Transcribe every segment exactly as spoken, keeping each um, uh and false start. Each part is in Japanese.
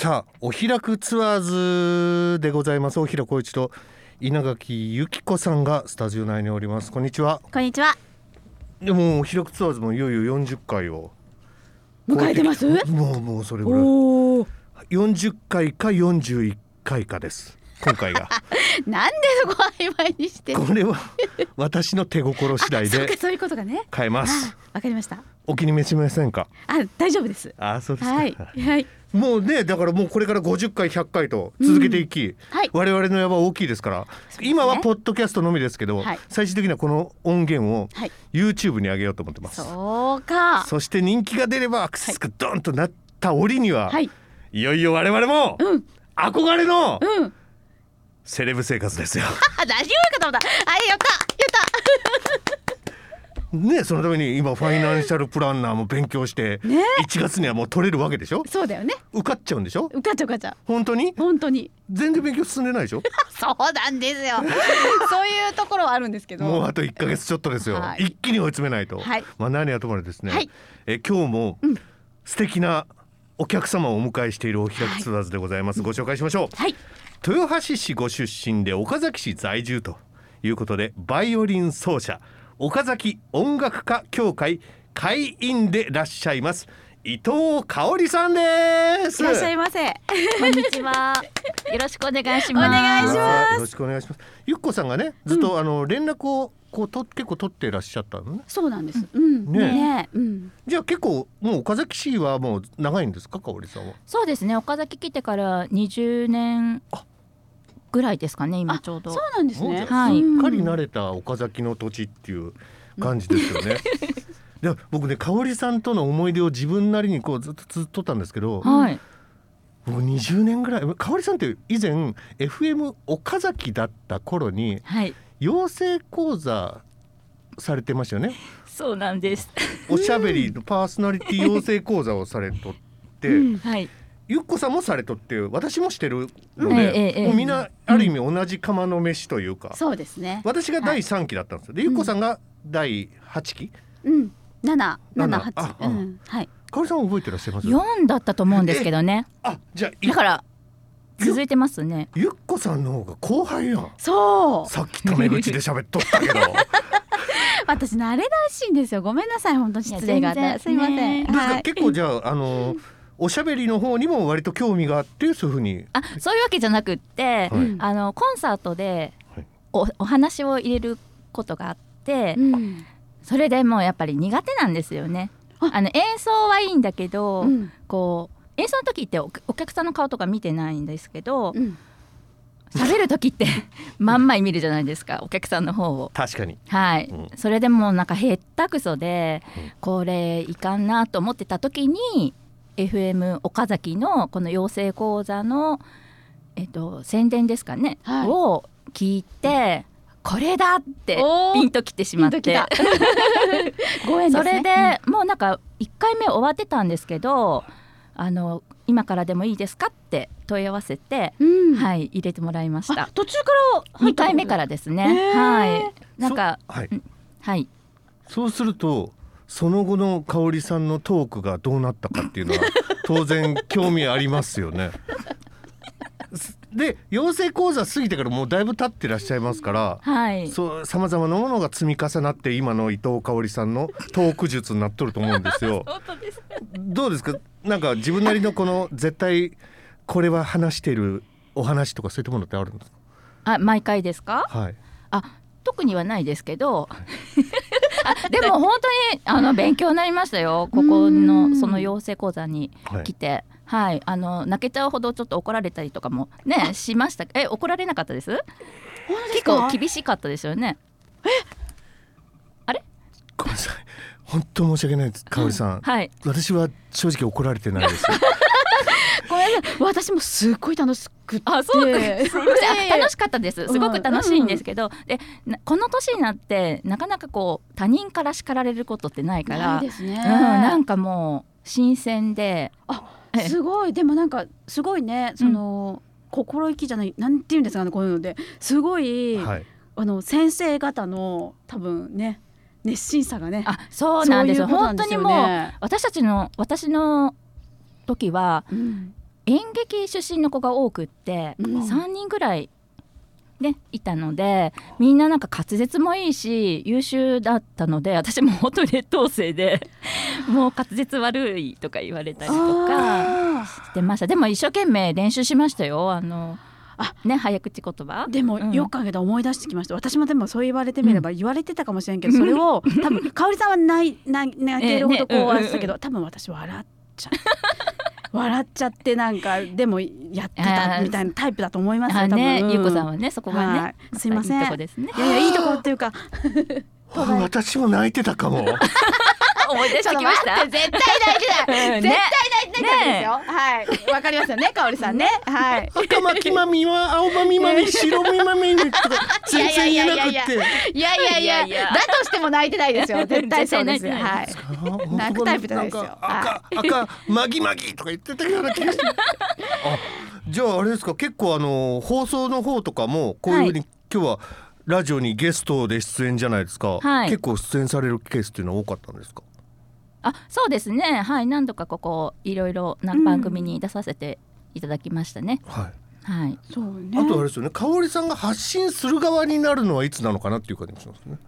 さあお開くツアーズでございます。おひらこいちと稲垣由紀子さんがスタジオ内におります。こんにちは。 こんにちは。 でもお開くツアーズもいよいよよんじゅっかいを迎えてます。 もうもうそれぐらいおよんじゅっかいかよんじゅういっかいかです今回がなんでそこ曖昧にしてこれは私の手心次第でそうかそういうことがね。 変えます。 わかりました。 お気に召しませんか？ あ、大丈夫です。 あ、そうですか。 はいはい。 もうね、だからもうこれからごじゅっかいひゃっかいと続けていき、うんはい、我々の山は大きいですから、ね、今はポッドキャストのみですけど、はい、最終的にはこの音源を YouTube に上げようと思ってます、はい、 そうか。 そして人気が出ればアクセスがドンとなった折には、はい、いよいよ我々も憧れのセレブ生活ですよ。 大丈夫かと思った。あ、やったやったね、そのために今ファイナンシャルプランナーも勉強して、ね、いちがつにはもう取れるわけでしょ。 そうだよね。 受かっちゃうんでしょ。 受かっちゃう受かっちゃう。 本当に本当に全然勉強進んでないでしょ。 そうなんですよそういうところはあるんですけど、 もうあといっかげつちょっとですよ、はい、一気に追い詰めないと、はい、まあ何はともあれですね、はい、え今日も素敵なお客様をお迎えしているお開きツアーズでございます、はい、ご紹介しましょう、はい、豊橋市ご出身で岡崎市在住ということでバイオリン奏者岡崎音楽家協会会員でいらっしゃいます伊藤香織さんです。 いらっしゃいませ。 こんにちは。よろしくお願いします。 お願いします。 よろしくお願いします。ゆっこさんがねずっと、うん、あの連絡をこうと結構取っていらっしゃったのね。 そうなんです。うん、ね, ね、うん、 じゃあ結構もう岡崎市はもう長いんですか、香織さんは。 そうですね。岡崎来てからにじゅうねんぐらいですかね。今ちょうど。 そうなんですね。 はい。 すっかり慣れた岡崎の土地っていう感じですよね。で僕ね香織さんとの思い出を自分なりにこうずっとずっとったんですけど、はい、僕にじゅうねんぐらい香織さんって以前 エフエム 岡崎だった頃に、はい、養成講座されてましたよね。 そうなんです。 おしゃべりのパーソナリティ養成講座をされとって、うんはい、ゆっこさんもされとって私もしてるので、うんええ、もうみんなある意味同じ釜の飯というか、うん、 そうですね。 私がだいさんきだったんですよ。でゆっこさんがだいはちき、 うんなな、なな、はち、うん、はい。 香織さん覚えてらっしゃいます？ よんだったと思うんですけどね。 あ、じゃあだから続いてますね。 ゆっこさんの方が後輩やん。 そう。 さっきタメ口で喋っとったけど。 私慣れないしいんですよ。ごめんなさい本当失礼があったすいません。 はい、結構じゃああのおしゃべりの方にも割と興味があってそういうふうに。 あ、そういうわけじゃなくって、はい、あのコンサートで お, お話を入れることがあって。うんそれでもうやっぱり苦手なんですよね。あの演奏はいいんだけど、うん、こう演奏の時って お, お客さんの顔とか見てないんですけど、うん、喋る時って真ん前見るじゃないですかお客さんの方を。 確かに、 はい、うん、それでもうなんかへったくそで、うん、これいかんなと思ってた時に エフエム 岡崎のこの養成講座の、えっと、宣伝ですかね、はい、を聞いてこれだってピンときてしまってご縁ですね。 それでもうなんかいっかいめ終わってたんですけどあの今からでもいいですかって問い合わせて、うんはい、入れてもらいました。 途中からにかいめからですね。はいなんかはい、 はい、 そうするとその後の香織さんのトークがどうなったかっていうのは当然興味ありますよね。で養成講座過ぎてからもうだいぶ経ってらっしゃいますから、はい、そうさまざまなものが積み重なって今の伊藤香織さんのトーク術になっとると思うんですよ。どうですか、なんか自分なりのこの絶対これは話しているお話とかそういったものってあるんですか？ あ、毎回ですか？ はい。 あ、特にはないですけど、はい、あでも本当にあの勉強になりましたよ。ここのその養成講座に来て、はいはい、あの泣けちゃうほどちょっと怒られたりとかもねしました。え、怒られなかったです？結構厳しかったですよね。 え、 あれ？ ごめんなさい、本当申し訳ないです香織さん、 はい、 私は正直怒られてないです。 ごめんなさい、私もすっごい楽しくて。 あ、そうか、楽しかったです。すごく楽しいんですけど、うん、でこの年になってなかなかこう他人から叱られることってないから、 ないですね、うん、 なんかもう新鮮で、 あ、すごい。でもなんかすごいね、その、うん、心意気じゃないなんていうんですかね、こういうのですごい、はい、あの先生方の多分ね熱心さがね。 あ、そうなんですよ。本当にもう私たちの私の時は、うん、 演劇出身の子が多くって、うん、さんにんぐらいね、いたのでみんななんか滑舌もいいし優秀だったので、私も本当に劣等生でもう滑舌悪いとか言われたりとかしてました。でも一生懸命練習しましたよ。あのあね、早口言葉でも、うん、よく考えたら思い出してきました。私もでもそう言われてみれば言われてたかもしれんけど、うん、それを多分香織さんは泣泣けるほどこうあれだけど、多分私笑っちゃう笑っちゃってなんかでもやってたみたいなタイプだと思いますよ。多分、 ね、ゆうこさんはねそこがね、はい、 すいません、 いいとこですね。 いやいやいいとこっていうか私も泣いてたかも思い出してきました。 絶対泣いてない、絶対泣いてないですよ、はい、わかりますよね、香織さんね、はい。 赤巻きまみは青まみまみ白みまみにとか全然言えなくって、 いやいやいやだとしても泣いてないですよ、絶対そうですよ、はい、泣くタイプじゃないですよ。 赤赤まぎまぎとか言ってたような気がしてあ、じゃああれですか、結構あの放送の方とかもこういうふうに、はい、今日はラジオにゲストで出演じゃないですか、はい、結構出演されるケースっていうのは多かったんですか？ あ、そうですね、はい、何度かここいろいろな番組に出させていただきましたね、 うん、はい、 はい、 そうね。 あとあれですよね、香織さんが発信する側になるのはいつなのかなっていう感じもしますね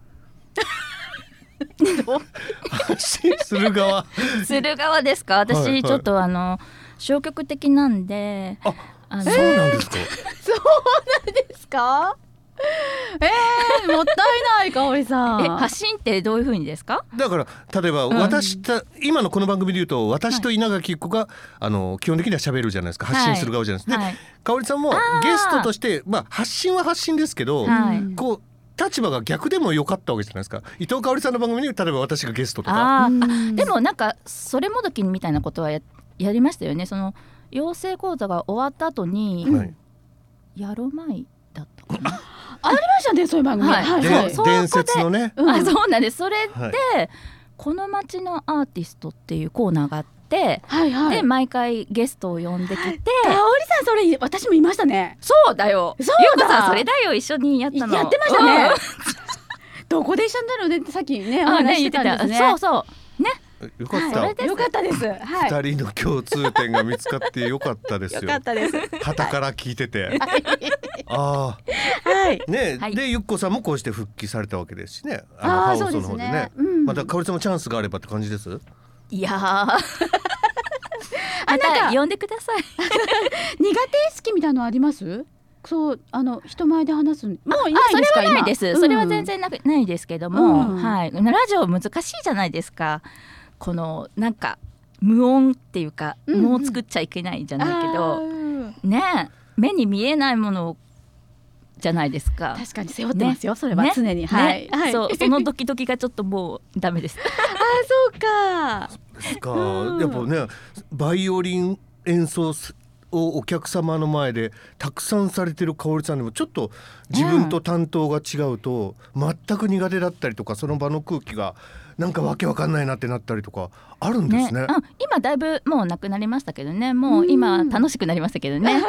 発信する側する側ですか？私、はいはい、ちょっとあの消極的なんで。 あ、あのそうなんですかそうなんですかえー、もったいない香織さん。 え、発信ってどういう風にですか？ だから例えば私た、うん、今のこの番組で言うと私と稲垣子が、はい、あの基本的には喋るじゃないですか、発信する側じゃないですか、はい、で、香織さんもゲストとして、まあ、発信は発信ですけど、はい、こう立場が逆でもよかったわけじゃないですか。伊藤香織さんの番組に例えば私がゲストとか、 ああ、でもなんかそれもどきみたいなことは や, やりましたよね。その養成講座が終わった後に、はい、やろまいだったかなありましたね、そういう番組、はいはいはい、伝説のね、 うん、あ、そうなんです。それで、はい、この街のアーティストっていうコーナーがあって、はいはい、で毎回ゲストを呼んできて、香織さんそれ私もいましたね。 そうだよ、ゆうこさんそれだよ、一緒にやったのやってましたね、うん、どこで一緒になるのねってさっきねお話してたんですね。 そうそうね、 よかった、 はい、よかったです、はい、 ふたりの共通点が見つかってよかったですよ。 よかったです。 傍から聞いてて、はい、ああ、はいね、はい、でゆっこさんもこうして復帰されたわけですしね、あのあ放送の方で ね, で、ね、うん、また香織さんもチャンスがあればって感じです。 いやーまた呼んでください苦手意識みたいなのあります？そう、あの人前で話すもういないですか？ それはないです、うん、それは全然 な, ないですけども、うん、はい、ラジオ難しいじゃないですか。このなんか無音っていうか、うん、もう作っちゃいけないじゃないけど、ね、目に見えないものじゃないですか。 確かに背負ってますよ、ね、それは常に、ね、はい、 ね、そう、そのドキドキがちょっともうダメですあ、 そうか、 そうですか、うん、やっぱねバイオリン演奏をお客様の前でたくさんされてる香織さんでもちょっと自分と担当が違うと全く苦手だったりとか、その場の空気がなんかわけわかんないなってなったりとかあるんですね。 ね、うん、今だいぶもうなくなりましたけどね、もう今楽しくなりましたけどね、はい、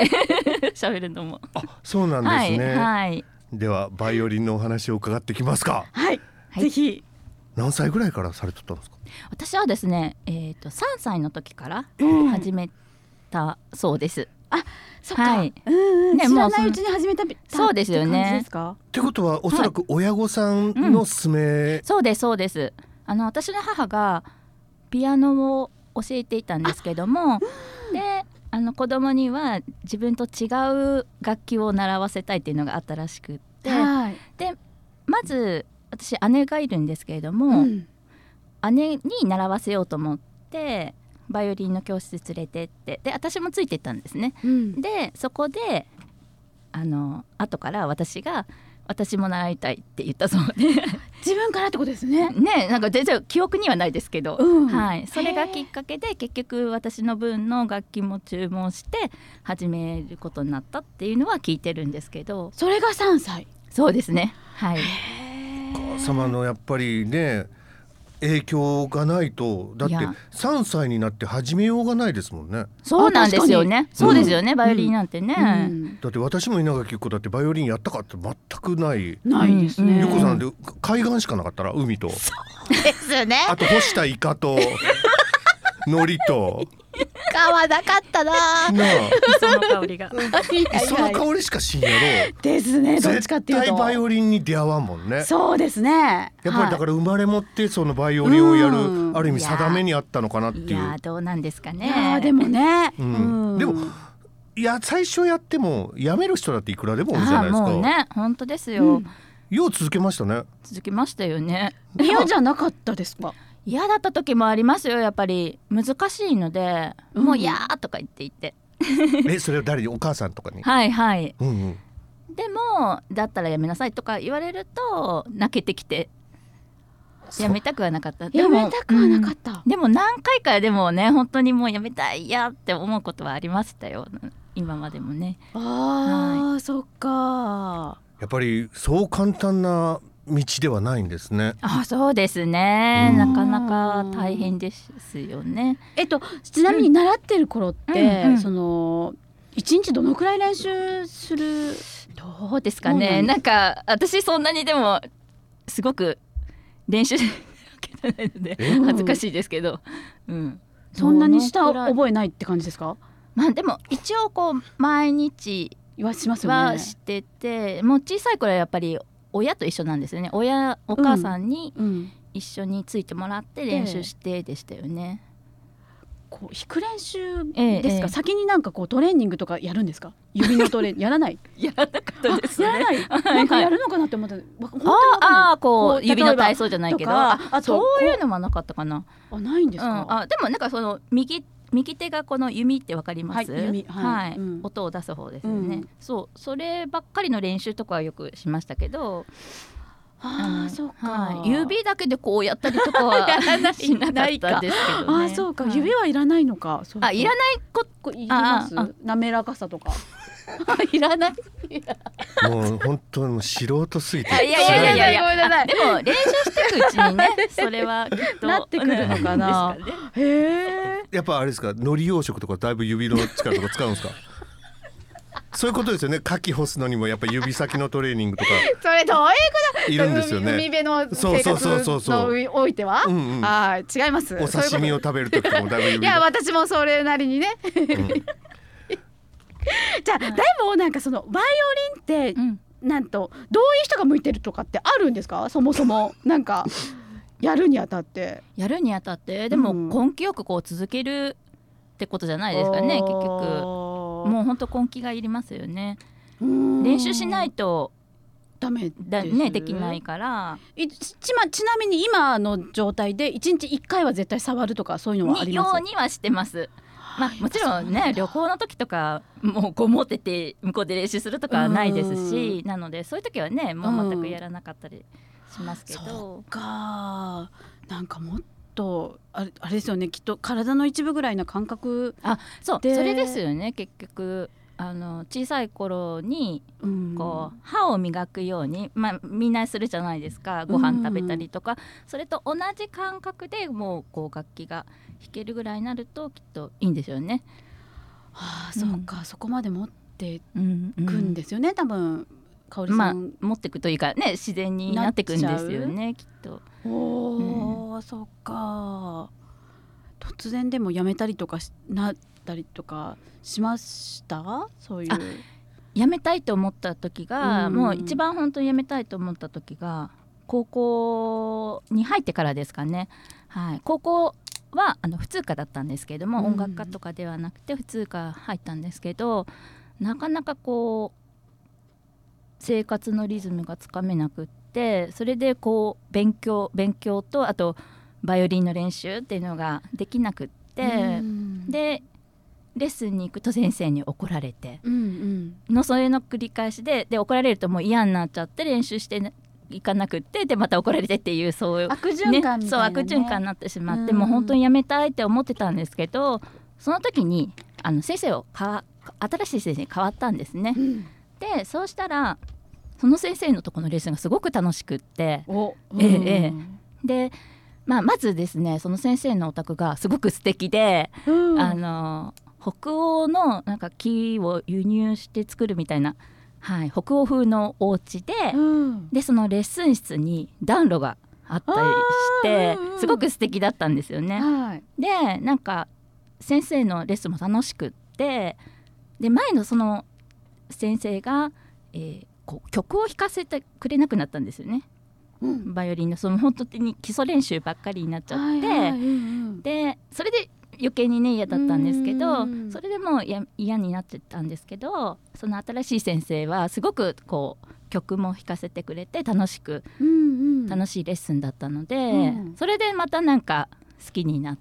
喋るのも。 あ、そうなんですね、 はいはい、ではバイオリンのお話を伺ってきますか。 はい、はい、ぜひ。 何歳ぐらいからされてたんですか？ 私はですね、えー、とさんさいの時から始めたそうです。 あ、そっか、はい、うんうん、ね、知らないうちに始めたそうですよね。 ですか？ ってことはおそらく親御さんの勧め、はい、うん、 そうですそうです。あの私の母がピアノを教えていたんですけども、であの子供には自分と違う楽器を習わせたいっていうのがあったらしくって、はい、でまず私姉がいるんですけれども、うん、姉に習わせようと思ってバイオリンの教室連れてって、で私もついてったんですね、うん、でそこであの後から私が私も習いたいって言ったそうで自分からってことですね。 ね、なんか全然記憶にはないですけど、うん、はい、それがきっかけで結局私の分の楽器も注文して始めることになったっていうのは聞いてるんですけど。 それがさんさい。 そうですね、はい。 お母様のやっぱりね影響がないと、だってさんさいになって始めようがないですもんね。 そうなんですよね、そうですよね、うん、バイオリンなんてね、うんうん、 だって私も稲垣子だってバイオリンやったかって全くないないですね。 ゆうこさんで海岸しかなかったら海とそうですね、 あと干したイカと海苔と海合わなかったな。 なあ磯の香りが磯の香りしかしんやろですね。どっちかっていうと絶対バイオリンに出会わんもんね。 そうですね。 やっぱりだから生まれ持ってそのバイオリンをやる、 うんある意味定めにあったのかなっていう。 いやどうなんですかね。 いやでもね、 うんうん、 でもいや最初やってもやめる人だっていくらでもいるじゃないですか。 もうね本当ですよ、 うん、 よう続けましたね。 続きましたよね。 嫌じゃなかったですか？ 嫌だった時もありますよ。やっぱり難しいので、うん、もう嫌とか言って言ってえそれは誰に？お母さんとかに？ はいはい、 うんうん、 でもだったらやめなさいとか言われると泣けてきてやめたくはなかった。 やめたくはなかった、 うん、でも何回かでもね本当にもうやめたいやって思うことはありましたよ今までもね。 あー、はい、そっか。 やっぱりそう簡単な道ではないんですね。 あ、そうですね、なかなか大変ですよね。 えっとちなみに習ってる頃って、うんうん、その一日どのくらい練習する？ どうですかね。なんか私そんなにでもすごく練習ないので恥ずかしいですけど、うん、 そんなにした覚えないって感じですか？ まあでも一応こう毎日はしてて、もう小さい頃はやっぱり親と一緒なんですよね。親お母さんに一緒についてもらって練習してでしたよね。 こう弾く練習ですか、ええ、先になんかこうトレーニングとかやるんですか？指のトレーニングやらないやらなかったですね。 やらないなんかやるのかなって思った。 ああこう指の体操じゃないけど、ああそういうのはなかったかな。 あないんですか、 うん、あでもなんかその右右手がこの弓ってわかります？はい、弓、はいはい、うん、音を出す方ですよね、うん、そうそればっかりの練習とかはよくしましたけど、 ああそうか、 はい、指だけでこうやったりとかはしなかったですけどね。 あそうか、指はいらないのか。 あいらないこいります？滑らかさとかいらないもう本当に素人すぎて。 いやいやいやいやいやでも練習していくうちにねそれはきっとなってくるのかな。ね、へえ。 やっぱあれですか、海苔養殖とかだいぶ指の力とか使うんですか？そういうことですよね。牡蠣干すのにもやっぱ指先のトレーニングとかそれどういうこといるんですよね。 海辺の生活のおいては、うんうん、あ違います。 お刺身を食べる時もだいぶ指いや私もそれなりにね、うんじゃあ、はい、でもなんかそのバイオリンって、うん、なんとどういう人が向いてるとかってあるんですか？そもそもなんかやるにあたってやるにあたってでも根気よくこう続けるってことじゃないですかね、うん、結局もう本当根気がいりますよね。練習しないとダメだ、ね、できないからい ち, ちなみに今の状態でいちにちいっかいは絶対触るとかそういうのはあります？ ようにはしてます。まあ、もちろんね旅行の時とかもうこもってて向こうで練習するとかはないですし、なのでそういう時はねもう全くやらなかったりしますけど、 そうかなんかもっとあ れ, あれですよね、きっと体の一部ぐらいな感覚で。 あそうそれですよね。結局あの小さい頃にこう歯を磨くように、まあ、みんなするじゃないですか。ご飯食べたりとか、それと同じ感覚でもうこう楽器が弾けるぐらいになるときっといいんですよね。 はあ、そうか、うん、そこまで持っていくんですよね、うんうん、多分香織さん、 まあ、持っていくというかね自然になっていくんですよねきっと。 おー、うん、そっか。突然でもやめたりとかなったりとかしました？そういうやめたいと思った時が、うん、もう一番本当にやめたいと思った時が高校に入ってからですかね、はい、高校はあの普通科だったんですけども、うん、音楽科とかではなくて普通科入ったんですけど、なかなかこう生活のリズムがつかめなくって、それでこう勉強勉強とあとバイオリンの練習っていうのができなくって、うん、でレッスンに行くと先生に怒られて、うんうん、のそれの繰り返し で, で怒られるともう嫌になっちゃって練習していかなくってでまた怒られてっていうそういう悪循環みたいな、ね、 そう悪循環になってしまって、うん、もう本当にやめたいって思ってたんですけど、その時にあの先生をか新しい先生に変わったんですね、うん、でそうしたらその先生のとこのレッスンがすごく楽しくって、 お、うん、 ええええ、でまあ、まずですねその先生のお宅がすごく素敵で、うん、あの北欧のなんか木を輸入して作るみたいな、はい、北欧風のお家で、うん、でそのレッスン室に暖炉があったりして、うんうん、すごく素敵だったんですよね、はい、でなんか先生のレッスンも楽しくって、で前のその先生が、えー、こう曲を弾かせてくれなくなったんですよね、うん、バイオリンのその本当に基礎練習ばっかりになっちゃって、はいはい、うんうん、でそれで余計にね嫌だったんですけど、それでもうや嫌になってたんですけど、その新しい先生はすごくこう曲も弾かせてくれて楽しく、うんうん、楽しいレッスンだったので、うん、それでまたなんか好きになって、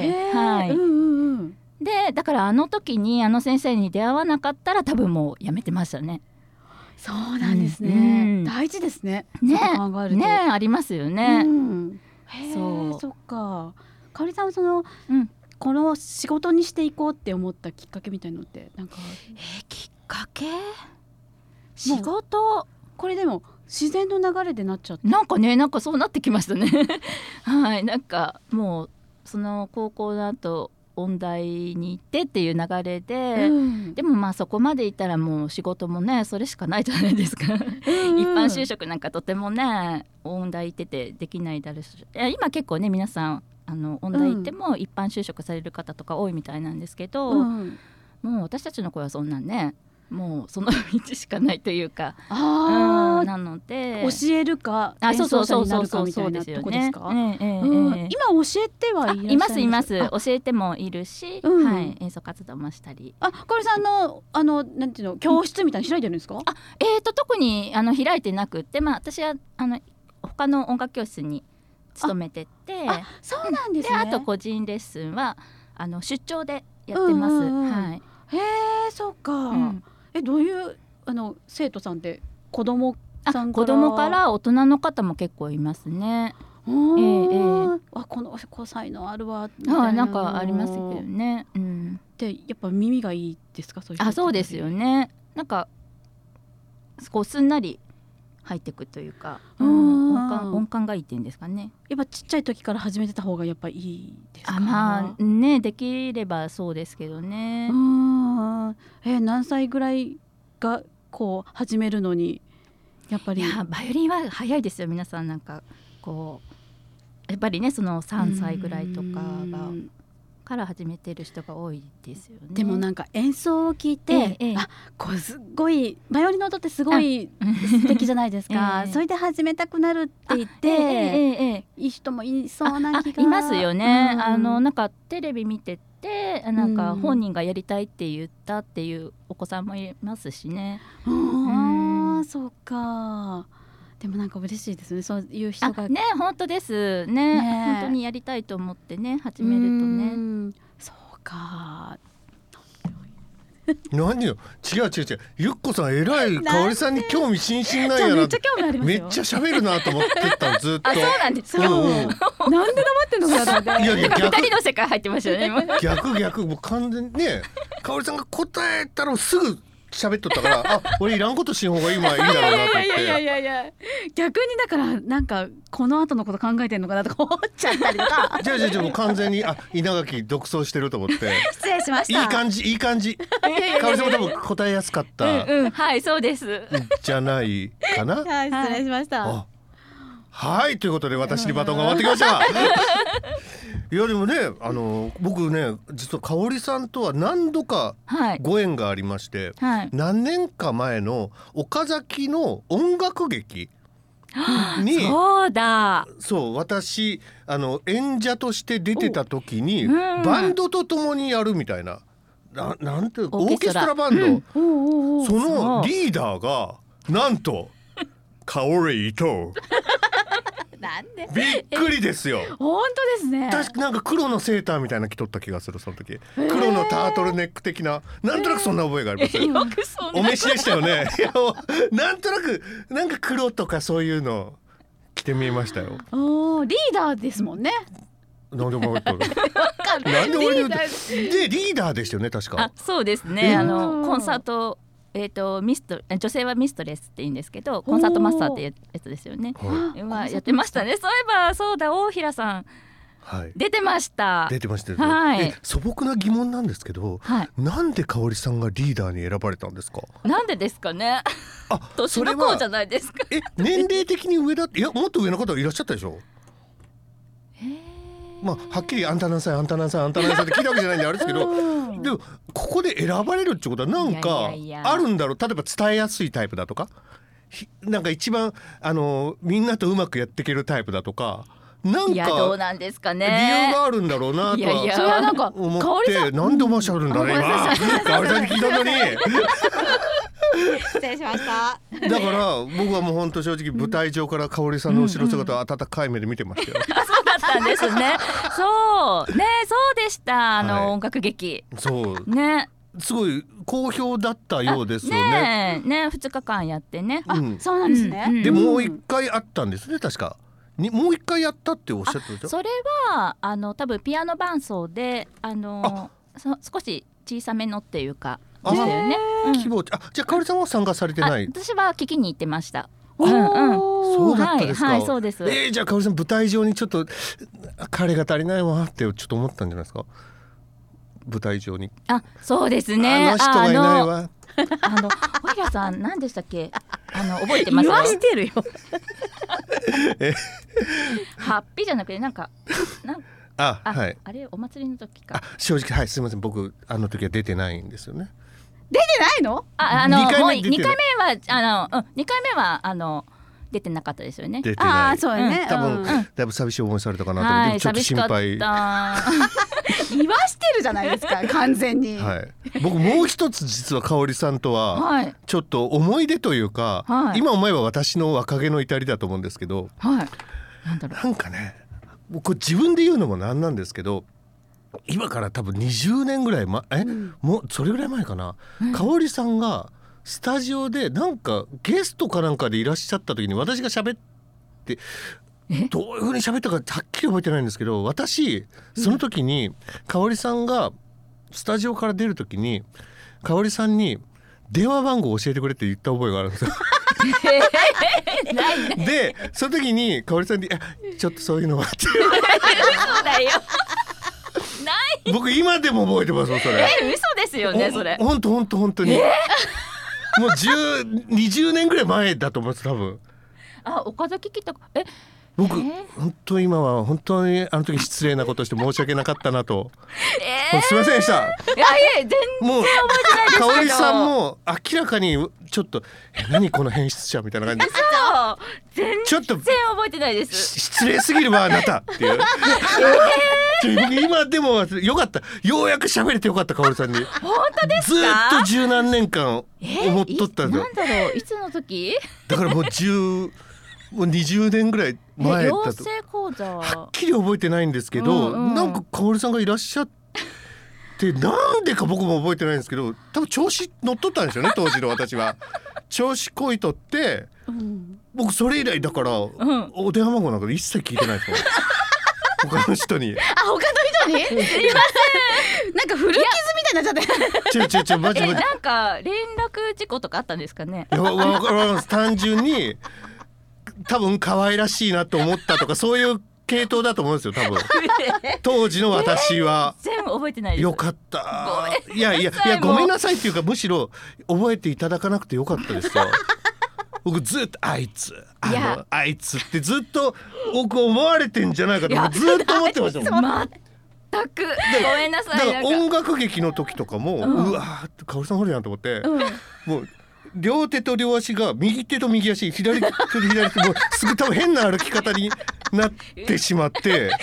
はい、うんうんうん、でだからあの時にあの先生に出会わなかったら多分もうやめてましたね。 そうなんですね、うん、大事ですね。ね考えるとねありますよね、うん、 へそうそっか。かおりさんはその、うん、この仕事にしていこうって思ったきっかけみたいなのってなんか、 えー、きっかけ仕事これでも自然の流れでなっちゃってなんかねなんかそうなってきましたねはい、なんかもうその高校の後音大に行ってっていう流れで、うん、でもまあそこまで行ったらもう仕事もねそれしかないじゃないですか、うん、一般就職なんかとてもね音大行っててできないだろうし、今結構ね皆さんあの音大行っても一般就職される方とか多いみたいなんですけど、うん、もう私たちの声はそんなんねもうその道しかないというか、あ、うん、なので教えるか演奏者になるかみたいなとこですか。今教えてはいらっしゃるんですか。 いますいます。教えてもいるし、うん、はい、演奏活動もしたり。 あ、かおりさんのあのなんていうの教室みたいに開いてるんですか。 あ、えーと特にあの開いてなくて、まあ私はあの他の音楽教室に勤めてて、 あ、そうなんですね。 であと個人レッスンはあの出張でやってます。うんうんうん、はい。 へえ、そうか。うん、えどういうあの生徒さんって子供さんから子供から大人の方も結構いますね。 えーえー、あこの子才能あるわみたいな、 あなんかありますけどね。うん、 でやっぱ耳がいいですか。そういう人あそうですよね。なんかこうすんなり入ってくというか、うん、音感音感がいいっていうんですかね。 やっぱちっちゃい時から始めてた方がやっぱいいですか。 あまあねできればそうですけどね。 うんえ何歳ぐらいがこう始めるのにやっぱり。 いやバイオリンは早いですよ皆さん。なんかこうやっぱりねそのさんさいぐらいとかがから始めてる人が多いですよね。 でもなんか演奏を聞いて、ええええ、あこれすごいバイオリンの音ってすごい素敵じゃないですか、ええ、それで始めたくなるって言って、えええ、いい人もいそうな気がいますよね、うん、あのなんかテレビ見ててなんか本人がやりたいって言ったっていうお子さんもいますしね。 うん、うん、そうか。でもなんか嬉しいですねそういう人がね。本当ですね、ね本当にやりたいと思ってね始めるとね。 そうか何よ違う違う違うゆっこさんえらいかおりさんに興味津々なんやな。 めっちゃ興味ありますよ。 めっちゃ喋るなと思ってたずっと。 あそうなんですよ、うんうん、なんで黙ってんのかなっていやいや逆二人の世界入ってましたよね逆逆もう完全にねかおりさんが答えたらすぐ喋っとったからあ俺いらんことしん方が今いいんだろうなと思って。 いやいやいやいや逆にだからなんかこの後のこと考えてんのかなとか思っちゃったりとかじゃあじゃあじゃあもう完全にあ稲垣独走してると思って失礼しました。 いい感じいい感じかおりさんも多分答えやすかった、 うんうん、はいそうですじゃないかなはい失礼しました、 はいはいということで私にバトンが回ってきましたいやでもねあの僕ね実はかおりさんとは何度かご縁がありまして、はい、何年か前の岡崎の音楽劇にそうだそう私あの演者として出てた時に、うん、バンドと共にやるみたいな な, なんてオーケストラバンド、うん、そのリーダーがなんとかおり伊藤なんでびっくりですよ。 本当ですね。 確かなんか黒のセーターみたいな着とった気がするその時。黒のタートルネック的ななんとなくそんな覚えがあります。よくそんなお召しでしたよね。いやなんとなくなんか黒とかそういうの着て見えましたよ。 おリーダーですもんね。 なんでもなんで俺でリーダーでしたよね確か。 あそうですね。あのコンサートえー、とミスト女性はミストレスって言うんですけどコンサートマスターっていうやつですよね、はいまあ、やってましたね。そういえばそうだ大平さん、はい、出てました出てました、 はい、 素朴な疑問なんですけど、はい、なんでかおりさんがリーダーに選ばれたんですか。 なんでですかね。あ年の子じゃないですか。 え年齢的に上だっていやもっと上の方いらっしゃったでしょ。 へまあはっきりあんた何歳あんた何歳あんた何歳って聞いたわけじゃないんであれですけどでもここで選ばれるってことはなんかあるんだろう。例えば伝えやすいタイプだとかなんか一番あのみんなとうまくやっていけるタイプだとかなんかいやどうなんですかね理由があるんだろうなとはいやいやそれはなんか思っ香織さてなんでお前しゃるんだね今香織さんに聞いたのに失礼しましただから僕はもう本当正直舞台上から香織さんの後ろ姿を温かい目で見てましたよ、 あそうだったんですねそうねそうでしたあの、はい、音楽劇そうねすごい好評だったようですよね。 ねえねふつかかんやってね。 あ、うん、そうなんですね。うん、 でもう一回あったんですね確か。にもう一回やったっておっしゃってたでしょ。 それはあの多分ピアノ伴奏であのあそ少し小さめのっていうかでしたよね。 規模、うん、あじゃあ香織さんは参加されてない。 私は聞きに行ってました。 うんうん、そうだったですか。 はい、はい、そうです。 えー、じゃあ香織さん舞台上にちょっと彼が足りないわってちょっと思ったんじゃないですか。舞台上にあそうですねあの人がいないわあのおひらさん何でしたっけあの覚えてます言わしてるよハッピーじゃなくてなんかなんああはいあれお祭りの時かあ正直はいすみません僕あの時は出てないんですよね。 出てないのああのにかいめもうにかいめはあの、うん、にかいめはあの出てなかったですよね。 出てない。 あそうね、 うん、多分、うん、だいぶ寂しい思いされたかなと思って、はい、ちょっと心配言わしてるじゃないですか完全に、 はい、僕もう一つ実は香織さんとは、はい、ちょっと思い出というか、はい、今思えば私の若気の至りだと思うんですけど、 はい、なんだろうなんかね僕自分で言うのもなんなんですけど今から多分にじゅうねんぐらい前え、うん、もうそれぐらい前かな、うん、香織さんがスタジオでなんかゲストかなんかでいらっしゃった時に私が喋ってどういう風に喋ったかはっきり覚えてないんですけど私その時に香織さんがスタジオから出る時に香織さんに電話番号を教えてくれって言った覚えがあるんですよでその時に香織さんにちょっとそういうのはってそうだよない僕今でも覚えてますよそれえ嘘ですよねそれほんとほんとほんとに、えー、もうじゅう、にじゅうねんぐらい前だと思います多分あ岡崎来たえ僕、えー、本当今は本当にあの時失礼なことして申し訳なかったなと、えー、すいませんでした。いやいや全然覚えてないですけど香織さんも明らかにちょっとえ何この変質者みたいな感じで全ちょっと然覚えてないです失礼すぎるわあなたっていう、えー、今でもよかったようやく喋れてよかった香織さんに本当ですかずっと十何年間思っとったんですよ、 えー、なんだろういつの時だからもう十もうにじゅうねんぐらい前だと養成講座はっきり覚えてないんですけど、うんうん、なんか香織さんがいらっしゃってなんでか僕も覚えてないんですけど多分調子乗っとったんですよね当時の私は調子こいとって、うん、僕それ以来だから、うん、お電話番号なんか一切聞いてないですよ他の人にあ他の人にすいませんなんか古傷みたいになっちゃってちょちょちょマジマジなんか連絡事故とかあったんですかねいやわかります単純に多分可愛らしいなと思ったとかそういう系統だと思うんですよ多分当時の私は、 えー、全部覚えてないですよかったいやいやいやごめんなさいっていうかむしろ覚えていただかなくてよかったですよ僕ずっとあいつあのあいつってずっと僕思われてんじゃないかとずっと思ってましたもん全くごめんなさいだから音楽劇の時とかも、うん、うわー香織さんほれやんと思って、うん、もう両手と両足が右手と右足左手と左手もうすぐ多分変な歩き方になってしまってえー、面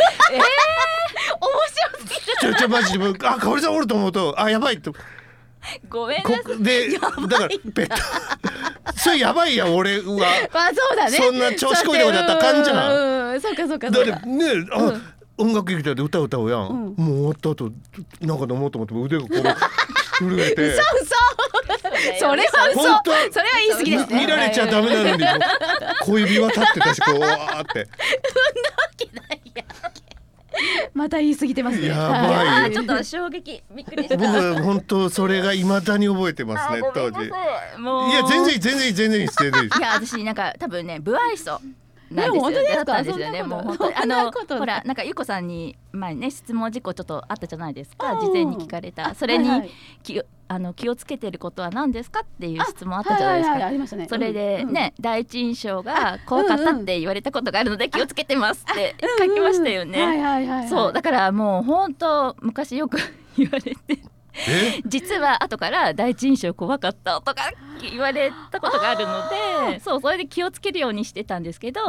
白すぎるちょちょマジであ香織さんおると思うとあやばいとごめんなさいでだからペッタそれやばいや俺はあそうだねそんな調子こいたことやったらあかんじゃんうんうんそうかそうかそうかだってねあ、うん音楽劇で歌歌うやん、うん、もう終わった後なんか飲もうと思って腕がこう震えて嘘嘘それは嘘それは言い過ぎですね見られちゃダメなのに小指は立ってたしこうわーってそんなわけないやんまた言い過ぎてますねやばいちょっと衝撃びっくりした僕は本当それが未だに覚えてますね当時もういや全然いい全然いい全然いい全然いいいや私なんか多分ね不愛想なんですよだったんですよねもう本当あのほらなんかゆうこさんに前ね質問事項ちょっとあったじゃないですか事前に聞かれたそれに、はいはい、 あの気をつけてることは何ですかっていう質問あったじゃないですか。 はいはいはい、ありましたね。 それでね、うん、第一印象が怖かったって言われたことがあるので気をつけてますって書きましたよね。そうだからもう本当昔よく言われて実は後から第一印象怖かったとか言われたことがあるので、そうそれで気をつけるようにしてたんですけど、うん、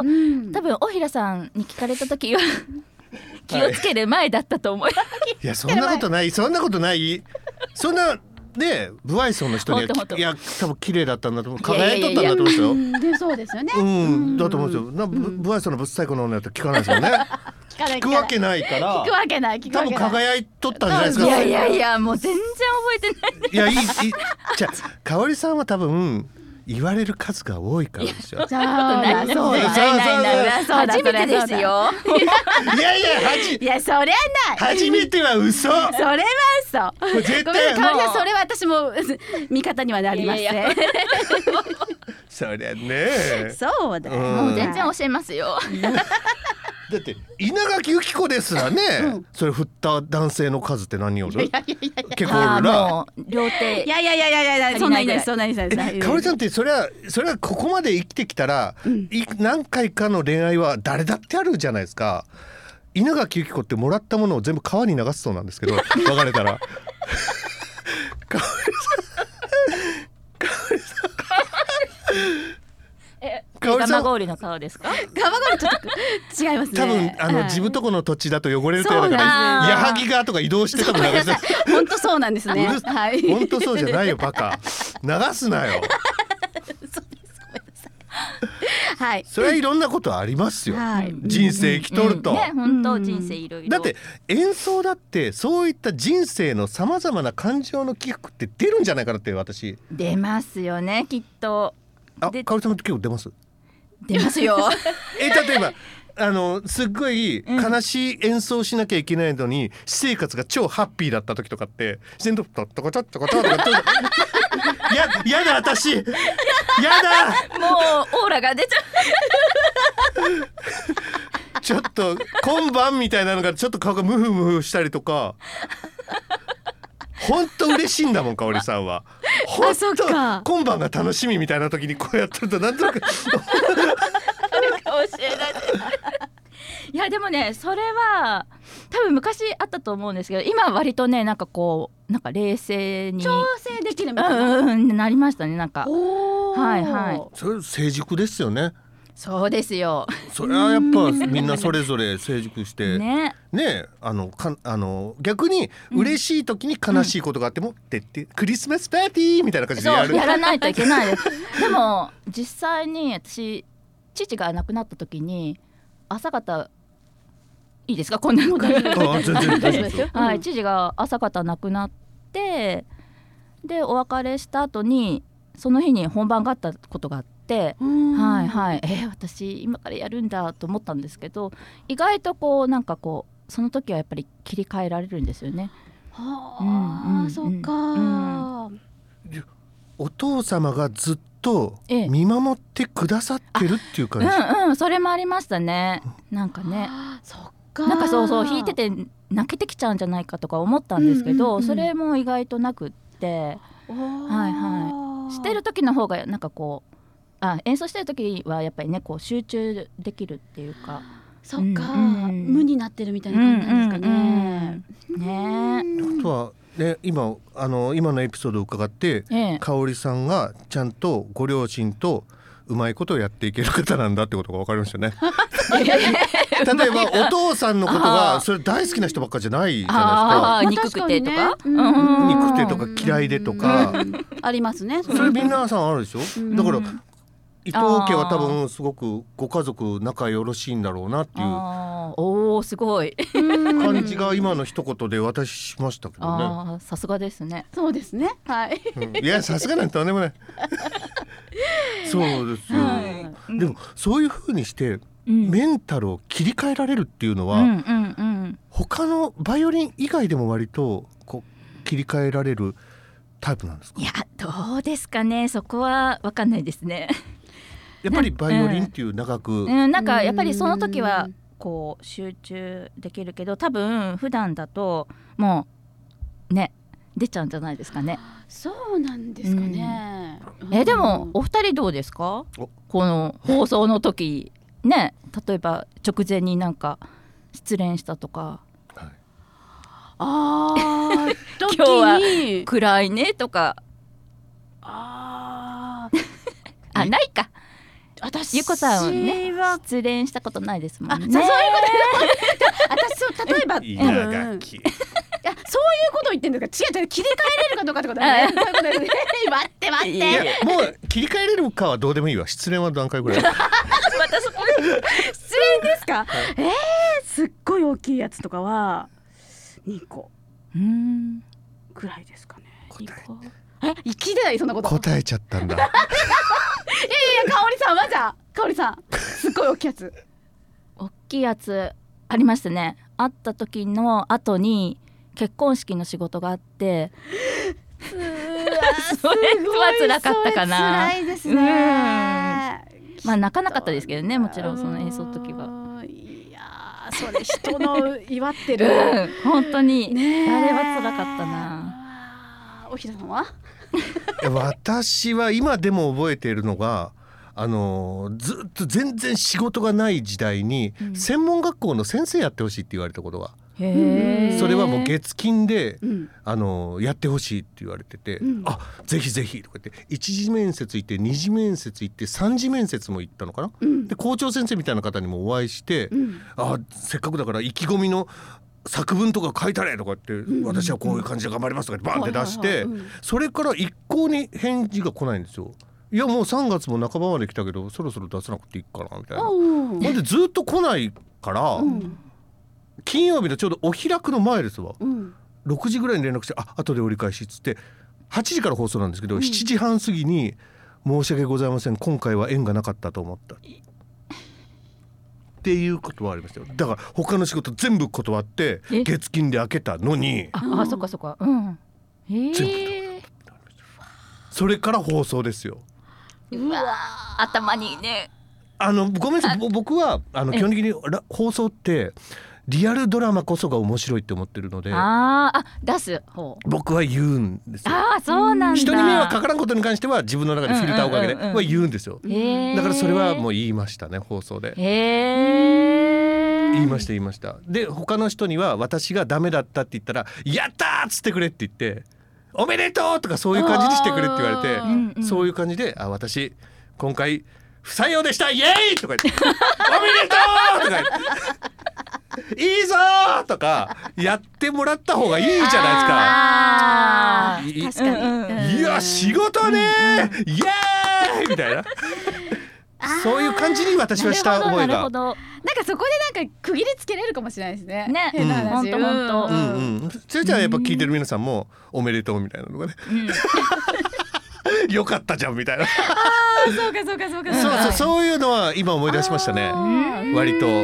多分大平さんに聞かれた時は気をつける前だったと思います。 いやそんなことないそんなことないそんなね不愛想の人にはいや多分綺麗だったんだと思う、輝いとったんだと思うんですよ。 いやいやいやでそうですよね。 うん、だと思うんですよ。な、うん、不愛想のぶっさい子の女だと聞かないですよね。聞くわけないから聞くわけない聞くわけない多分輝いとったんじゃないですか。 いやいやいやもう全然覚えてない。 いやいいいいじゃあ香織さんは多分言われる数が多いからですよ。 そうだそうだ初めてですよ。 いやいやはじいやそりゃない初めては嘘。それは嘘。 絶対ごめん香織さんそれは私も味方にはなりません。 そりゃねそうだよ、 うん、もう全然教えますよ。 だって稲垣由紀子ですらね、うん、それ振った男性の数って何人おる？いやいやいや結構おるな。 両手いやいやいやいやいやそんなにないそんなにないです。 香織さんってそれはそれはここまで生きてきたら、うん、何回かの恋愛は誰だってあるじゃないですか。稲垣由紀子ってもらったものを全部川に流すそうなんですけど別れたら香織さん香織さんえ蒲郡の川ですか？ 蒲郡ちょっと違いますね。 多分あの、はい、自分とこの土地だと汚れるとやだから矢作川とか移動して多分流して本当そうなんですね。はい、 本当そうじゃないよバカ流すなよ。 はい、 それはいろんなことありますよ、はい、人生生きとると、 うんうんね、本当人生いろいろだって演奏だってそういった人生のさまざまな感情の起伏って出るんじゃないかなって私出ますよねきっと。 あ、香織さんも結構出ます？ 出ますよえ例えばあのすっごい悲しい演奏しなきゃいけないのに、うん、私生活が超ハッピーだった時とかって自然とトットコチョットコチョットコチョッや, やだ私やだもうオーラが出ちゃうちょっと今晩みたいなのがちょっと顔がムフムフしたりとか本当嬉しいんだもん香織さんは。本当今晩が楽しみみたいな時にこうやってるとなんとなくあるかもしれないいやでもねそれは多分昔あったと思うんですけど今は割とねなんかこうなんか冷静に調整できるみたいな、 うんうん、なりましたねなんかはいはいそれ成熟ですよね。 そうですよ。 それはやっぱみんなそれぞれ成熟してねねあのかあの逆に嬉しい時に悲しいことがあっても、うん、ってってクリスマスパーティーみたいな感じでやる。 そうやらないといけないですでも実際に私父が亡くなった時に朝方いいですかこんなの全然大丈夫ですよ、はい、父が朝方亡くなってでお別れした後にその日に本番があったことがあってはいはいえー、私今からやるんだと思ったんですけど意外とこうなんかこうその時はやっぱり切り替えられるんですよね。 はあ、うんうん、そっか、うん、 お父様がずっと見守ってくださってるっていう感じ、 うんうんそれもありましたね。なんかねそっかなんかそうそう弾いてて泣けてきちゃうんじゃないかとか思ったんですけど、うんうんうん、それも意外となくってはいはいしてる時の方がなんかこうあ演奏してる時はやっぱりねこう集中できるっていうかそっか、うんうん、無になってるみたいな感じなんですかね、 うんうんうん、 ねあとはね今あの今のエピソードを伺って、ええ、香織さんがちゃんとご両親とうまいことをやっていける方なんだってことが分かりましたね例えばお父さんのことがそれ大好きな人ばっかじゃないじゃないですか。 憎くてとか、 うん、憎くてとか嫌いでとか、 うん、ありますね。 それみんなさんあるでしょ、うん、だから伊藤家は多分すごくご家族仲よろしいんだろうなっていうおーすごい感じが今の一言で私しましたけどね。 あさすがですね。 そうですねはい、 うん、いやさすがなんてとんでもないそうですよ、はい、でもそういう風にしてメンタルを切り替えられるっていうのは、うんうんうん、他のバイオリン以外でも割とこう切り替えられるタイプなんですか？ いやどうですかねそこは分かんないですねやっぱりバイオリンっていう長く、 うんうん、なんかやっぱりその時はこう集中できるけど多分普段だともうね出ちゃうんじゃないですかね。 そうなんですかね、 うん、えでもお二人どうですか？この放送の時ね、例えば直前になんか失恋したとか、はい、 あー今日は暗いねとかああないか。 私ゆこさんはね失恋したことないですもんね。 あ、そういうこと私そう例えば稲垣、 いやそういうことを言ってんですか？違う違う、切り替えれるかどうかってことだね。そういうことですね。待って待って。いやもう切り替えれるかはどうでもいいわ。失恋は何回ぐらい？ またそこ失恋ですか？はい、えー、すっごい大きいやつとかはにこうんぐらいですかね。 答え、え、聞いてないそんなこと。 答えちゃったんだ。いやいや、かおりさんまずはかおりさんすっごい大きいやつ大きいやつありましたね。会った時の後に結婚式の仕事があってそれは辛かったかな。 辛いですね。 まあ泣かなかったですけどね、もちろんその演奏の時は。 いやそれ人の祝ってる、 うん、本当にあれは辛かったな。 おひらさんは？ 私は今でも覚えているのが、あのずっと全然仕事がない時代に、うん、専門学校の先生やってほしいって言われたことが、 へそれはもう月金で、 うん、 あのやってほしいって言われてて、うん、あぜひぜひとか言って一次面接行って二次面接行って三次面接も行ったのかな、うん、で校長先生みたいな方にもお会いして、うん、あせっかくだから意気込みの作文とか書いたれとか言って、うん、私はこういう感じで頑張りますとかバンって出して、それから一向に返事が来ないんですよ。いやもうさんがつも半ばまで来たけどそろそろ出さなくていいかなみたいな。ほんでずっと来ないから、うん、金曜日のちょうどお開くの前ですわ、うん、ろくじぐらいに連絡して、あ後で折り返しっつってはちじから放送なんですけど、うん、しちじはん過ぎに申し訳ございません今回は縁がなかったと思ったっていうことはありましたよ。だから他の仕事全部断って月金で開けたのに、 ああそっかそっか、うん、へ全部それから放送ですよ。 うわ頭にね、 あのごめんなさい、僕はあの基本的に放送ってリアルドラマこそが面白いって思ってるので、 ああ出す方僕は言うんですよ。 あそうなんだ。 人に迷惑かからんことに関しては自分の中でフィルターをかけては言うんですよ。だからそれはもう言いましたね放送で。 へ言いました言いました。で他の人には私がダメだったって言ったらやったーっつってくれって言っておめでとうとかそういう感じにしてくれって言われて、うんうん、そういう感じであ私今回不採用でしたイエーイとか言っておめでとうとか言っていいぞーとかやってもらった方がいいじゃないですか。 確かに、 いや仕事ねー、うんうん、イエーイみたいなそういう感じに私はした覚えが。 なんかそこでなんか区切りつけれるかもしれないですね。 ね、本当本当。 それじゃあやっぱ聞いてる皆さんもおめでとうみたいなのがね、うん、よかったじゃんみたいな。あそうかそうかそうか。 そうそうそういうのは今思い出しましたね。割と。うん。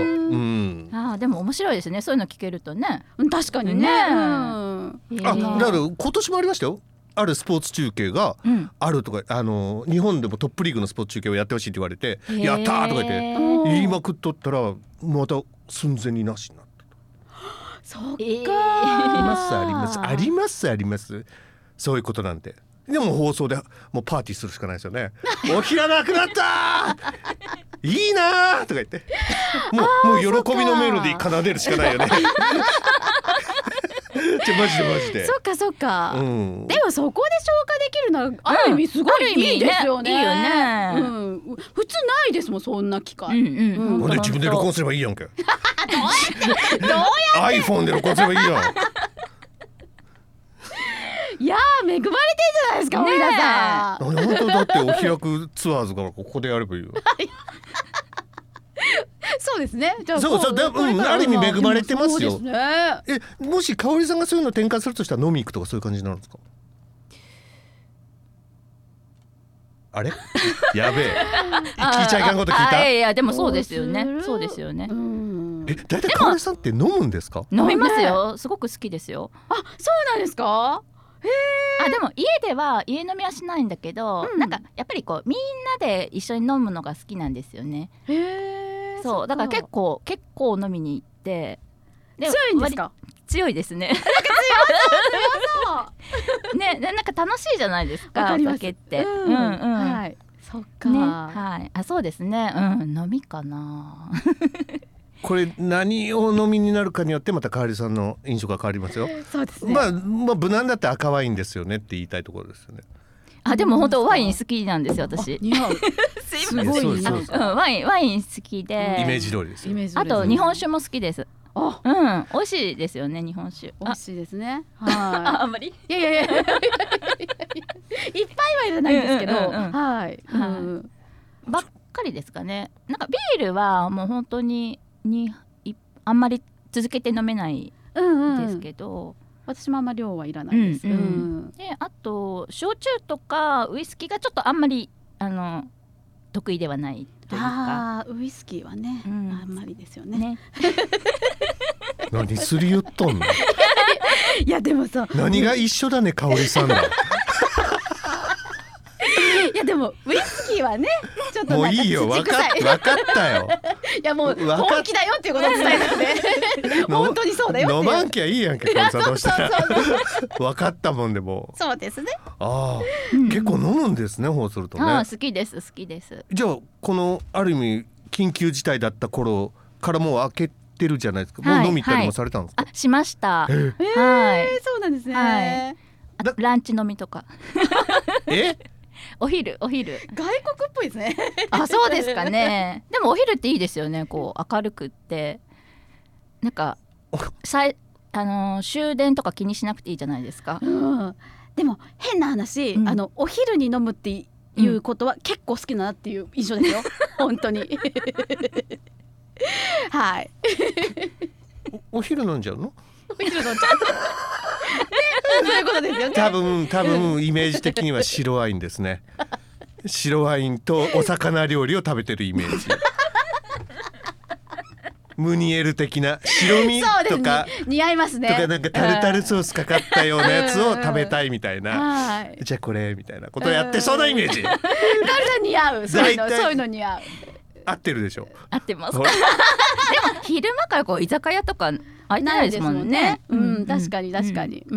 あでも面白いですね。そういうの聞けるとね。 確かにね。 あだから今年もありましたよ。あるスポーツ中継があるとか、うん、あの日本でもトップリーグのスポーツ中継をやってほしいって言われてやったーとか言って言いまくっとったらまた寸前になしになった。 そっか、 えー、ありますありますありますありますそういうことなんて。でも放送でもうパーティーするしかないですよね。おひらなくなったいいなとか言ってもう、もう喜びのメロディー奏でるしかないよね。じゃマジでマジで。 そっかそっか、うん、でもそこで消化できるのはある意味すごいいいですよね。 いいよね、 うん、普通ないですもんそんな機会。うんうんうん、自分で録音すればいいやんけ。どうやってどうやって iPhone で録音すればいいやん。 いやー恵まれてんじゃないですか森田さん。 本当だってお開くツアーズからここでやればいいよ。 そうですね。じゃあそうそうだ、うん、ある意味恵まれてますよ。 ね、 えもし香織さんがそういうの転換するとしたら飲み行くとかそういう感じになるんですか。あれやべえ聞いちゃいかんこと聞いた。 いやいやでもそうですよね。そうですよね。 えだいたい香織さんって飲むんですか。 飲みますよ。すごく好きですよ。 あそうなんですか。へあでも家では家飲みはしないんだけど、うん、なんかやっぱりこうみんなで一緒に飲むのが好きなんですよね。 へそうだから結構結構飲みに行ってで強いんですか。 強いですね。 なんか強そう強楽しいじゃないですか。 わかります。 お酒って、 うんうんうん、 はい、そっか、 ね、はい、あ、そうですね、うん、飲みかなこれ何を飲みになるかによってまた香織さんの印象が変わりますよ。 そうですね。 まあ、まあ無難だって赤ワインですよねって言いたいところですよね。 あ、でも本当ワイン好きなんですよ私。 似合うすごいそうそうそう、 うん、ワインワイン好きで、 イメージ通りですよ。 あと日本酒も好きです。 あ、 うん、美味しいですよね、日本酒。 美味しいですね。 あ、 はあんまり。 い。いやいやいやいっぱいはいらないんですけど、 うんうんうん、 はい、 はい、 うん、 ばっかりですかね。なんかビールはもう本当ににあんまり続けて飲めないですけど、 うん、私もあんま量はいらないです。 うんうんうん、 で、あと焼酎とかウイスキーがちょっとあんまりあの得意ではないというか。 あ、ウイスキーはね、うん、あんまりですよね。ね何すり寄っとんのいやでもさ、 何が一緒だね香織さんだいやでもウイスキーはねちょっともういいよ、分かっ分かったよいやもう本気だよっていうことを伝えたくて本当にそうだよっていう。 飲まんきゃいいやんけ、香織さんどうしたら分かったもんでもう。 そうですね。 ああ、うん、結構飲むんですね、そうするとね。 あ、好きです好きです。 じゃあこのある意味緊急事態だった頃からもう開けてるじゃないですか、はい、もう飲み行ったりもされたんですか。 はい、あ、しました。 えー、はい、そうなんですね。はい、 あとランチ飲みとかえお昼お昼外国っぽいですねあ、そうですかね。でもお昼っていいですよね、こう明るくってなんかさい、あのー、終電とか気にしなくていいじゃないですか、 うん、でも変な話、うん、あのお昼に飲むっていうことは結構好きだなっていう印象ですよ、うん、本当にはいお, お昼飲んじゃうの。 お昼飲んじゃうそういうことですよね。 多分多分イメージ的には白ワインですね白ワインとお魚料理を食べてるイメージムニエル的な白身とか、 ね、似合いますね。 とかなんかタルタルソースかかったようなやつを食べたいみたいな、 うん、 じゃあこれみたいなことをやってそうなイメージ。 誰だ似合う、そういうの、そういうの似合う。 合ってるでしょ。 合ってます。でも昼間からこう居酒屋とか開いてないですもんね。 うん、確かに確かに。うん、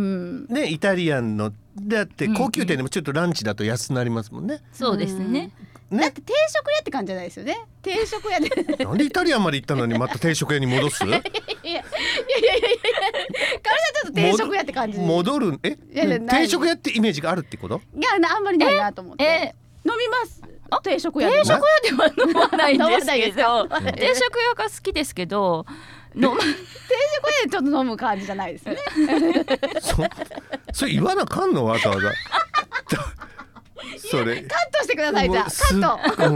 ね、イタリアンのだって高級店でもちょっとランチだと安くなりますもんね。うん、 そうですね。 ね、だって定食屋って感じじゃないですよね。定食屋でなんでイタリアンまで行ったのにまた定食屋に戻す？いやいやいやいやいや、カルさんちょっと定食屋って感じ。 戻るえ？定食屋ってイメージがあるってこと？ いや、あんまりないなと思って。えー、飲みます。定食屋で。 定食屋では飲まないんですけど、定食屋が好きですけど、飲ま定食屋でちょっと飲む感じじゃないですね。 そ, それ言わなかんのわざわざ。それカットしてください。じゃあカット、うん、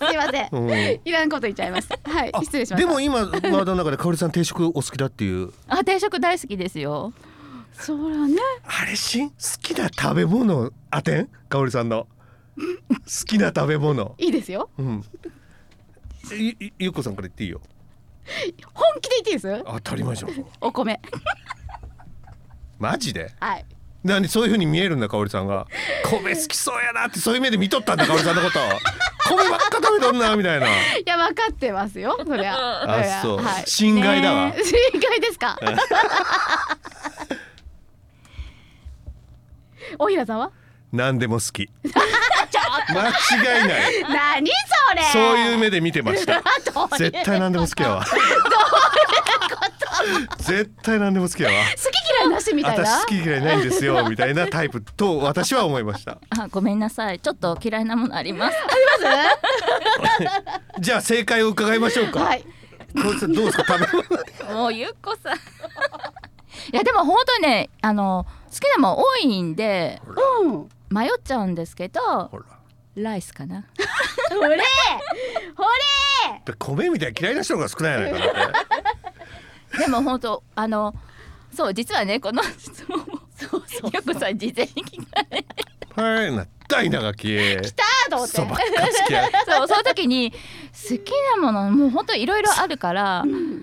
すいません、うん、いらんこと言っちゃいました。はい、失礼しました。 でも今ワードの中で香織さん定食お好きだっていう。 あ、定食大好きですよ。 そうだね。 あれしん好きな食べ物当てん、香織さんの好きな食べ物。 いいですよ、 うん、ゆ, ゆっこさんから言っていいよ。 本気で言っていいです？ 当たり前じゃん。 お米。 マジで？ はい。 なんでそういう風に見えるんだ、香織さんが。米好きそうやなってそういう目で見とったんだ、香織さんのこと。米ばっか食べとんなみたいな。 いや、分かってますよ、そりゃ。 あ、そう、はい、心外だわ、ね、 心外ですか。大平さんは何でも好き。間違いない。 何それ。 そういう目で見てました。絶対何でも好きやわ。絶対何でも好きやわ。 好き嫌いなしみたいな。 私好き嫌いないんですよみたいなタイプと私は思いました。 あ、ごめんなさい、ちょっと嫌いなものあります。 あります？ じゃあ正解を伺いましょうか。はい。こいつどうですか、食べ物。もうゆっこさん。いやでも本当にね、あの好きなもん多いんで、うん、迷っちゃうんですけど、ほらライスかな。 ほれほれ。 米みたいな嫌いな人が少ないやないかなって。 でも本当あのそう実はね、この質問もそうそうよくさ事前に聞かれて、 はいな大長き来たーと思って、 そうばっか好きや。 そうその時に好きなものもう本当いろいろあるから、うん、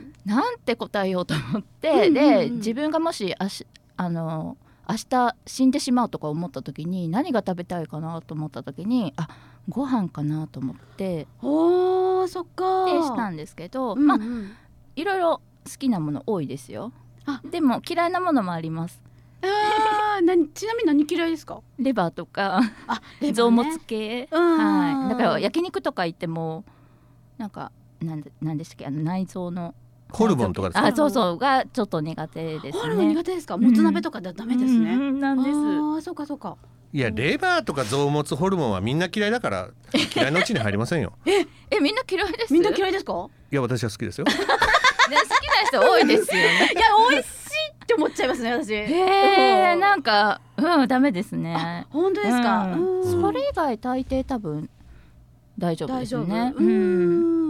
なんて答えようと思って、うんうんうん、で自分がもしあしあの明日死んでしまうとか思った時に何が食べたいかなと思った時に、あ、ご飯かなと思って、 おー、そっかってしたんですけど、うんうん、まあいろいろ好きなもの多いですよ。あ、でも嫌いなものもあります。 ああ何ちなみに何嫌いですか？ レバーとかあレバー、ね、 臓物系、 はい、 だから焼肉とか行ってもなんかなんでなんでしたっけあの内臓のホルモンとかですか？ あそうそうがちょっと苦手ですね。 ホルモン苦手ですか？もつ鍋とかだダメですね、 うんうん、なんです。 あそうかそうか。 いやレバーとか臓物ホルモンはみんな嫌いだから嫌いのうちに入りませんよええみんな嫌いです？ みんな嫌いですか？ いや私は好きですよね、好きな人多いですよねいや美味しいって思っちゃいますね私。へえー、なんかうんダメですね。 本当ですか？ うんうん、それ以外大抵多分大丈夫ですね。 うん、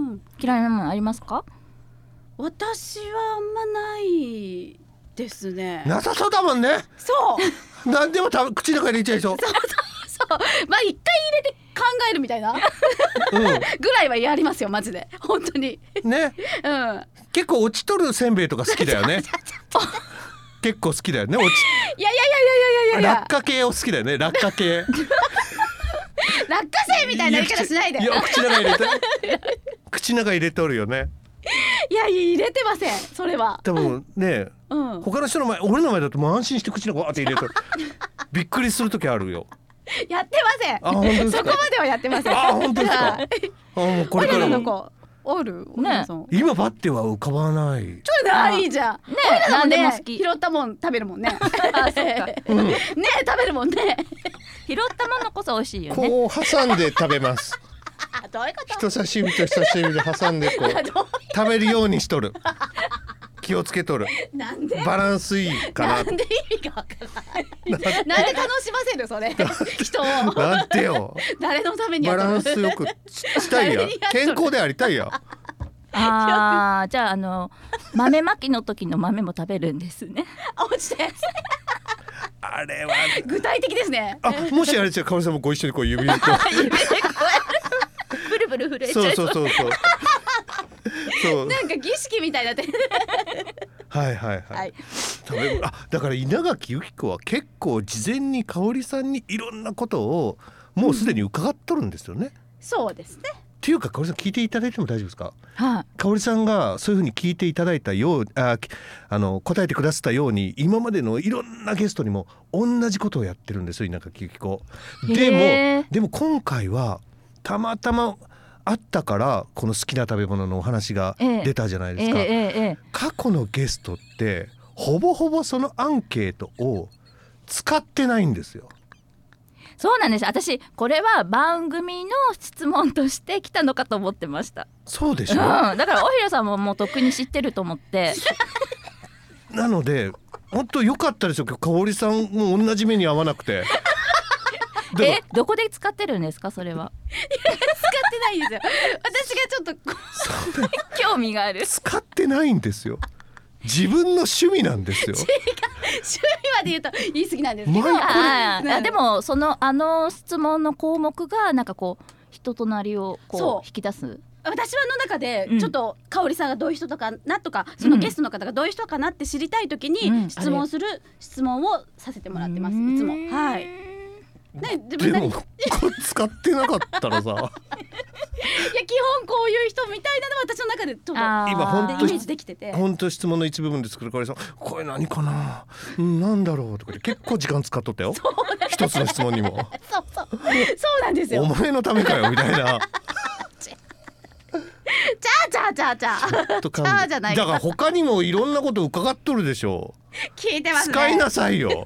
うん嫌いなものありますか？ 私はあんまないですね。 なさそうだもんね。 そう何でもた口の中に入れちゃいそう。 そうそうそうまあ一回入れて考えるみたいな、うん、ぐらいはやりますよマジで本当にね、 うん、 結構落ちとるせんべいとか好きだよね結構好きだよね落ちいやいやいやいやいやいや落下系を好きだよね落下系落花生みたいな言い方しないで。 いや口の中入れて口の中入れとるよね。 いや入れてませんそれは。 多分ね、うん、他の人の前俺の前だともう安心して口の中わーって入れとるびっくりする時あるよ。 やってません。 あ本当ですか？ そこまではやってません。 あ本当ですか？あもうこれからもあるね。 今パッては浮かばない。 ちょっとないいじゃん。ね何でも好き。拾ったもん食べるもんね。あそうか。うん、ね食べるもんね。 拾ったものこそ美味しいよね。 こう挟んで食べます。 どういうこと？ 人差し指と人差し指で挟んでこう食べるようにしとる。気をつけとる。 なんでバランスいいかな。 なんで意味がわからない。なんで楽しませるそれ人を。 なんてよ。 誰のためにバランスよくしたいや。健康でありたいや。 ああじゃああの豆まきの時の豆も食べるんですね。 落ちて。 あれは具体的ですね。 あもしあれじゃかおりさんもご一緒にこう指でこう指でこうブルブル震えちゃいそう。 そうそうそうそう。 そうなんか儀式みたいなってはいはいはい、はい、食べあだから稲垣由紀子は結構事前に香織さんにいろんなことをもうすでに伺っとるんですよね、うん、 そうですねっていうか香織さん聞いていただいても大丈夫ですか？ はい、 香織さんがそういうふうに聞いていただいたようああの答えてくださったように今までのいろんなゲストにも同じことをやってるんですよ稲垣由紀子でもでも今回はたまたまあったからこの好きな食べ物のお話が出たじゃないですか、ええええ、過去のゲストってほぼほぼそのアンケートを使ってないんですよ。 そうなんです。私これは番組の質問として来たのかと思ってました。 そうでしょ、 うん、だから大平さんももうとっくに知ってると思ってなので本当良かったですよ。香織さんも同じ目に合わなくてえどこで使ってるんですかそれは？ 使ってないんですよ。私がちょっと興味がある。 使ってないんですよ。自分の趣味なんですよ。 趣味まで言うと言い過ぎなんですけど、 ああでもそのあの質問の項目がなんかこう人となりをこう引き出す。 私はの中でちょっと香織さんがどういう人とかなとか、うん、そのゲストの方がどういう人かなって知りたいときに質問する質問をさせてもらってます、うん、いつも。はい。ね、自分でも使ってなかったらさいや基本こういう人みたいなのは私の中でちょっと今本当イメージできてて本当質問の一部分で作る香織さんこれ何かな、うん、なんだろうとか結構時間使っとったよ一つの質問にもそうそうそうなんですよ。 お前のためかよみたいなちゃちゃちゃちゃちゃじゃないだから他にもいろんなこと伺っとるでしょ。 聞いてますね。 使いなさいよ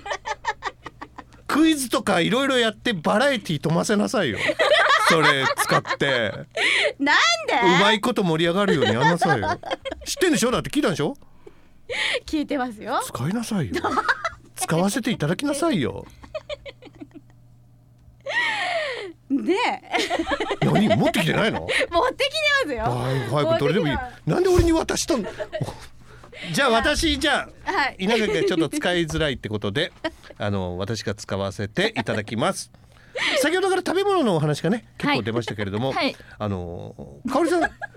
クイズとかいろいろやってバラエティ飛ませなさいよそれ使ってなんでうまいこと盛り上がるようにやんなさいよ知ってんでしょだって聞いたんでしょ聞いてますよ。 使いなさいよ使わせていただきなさいよねえ何持ってきてないの？ 持ってきてますよ。 早くどれでもいい。なんで俺に渡したのじゃあ私じゃあ、はい、稲垣がちょっと使いづらいってことであの私が使わせていただきます先ほどから食べ物のお話がね結構出ましたけれども、はいはい、あの香織さん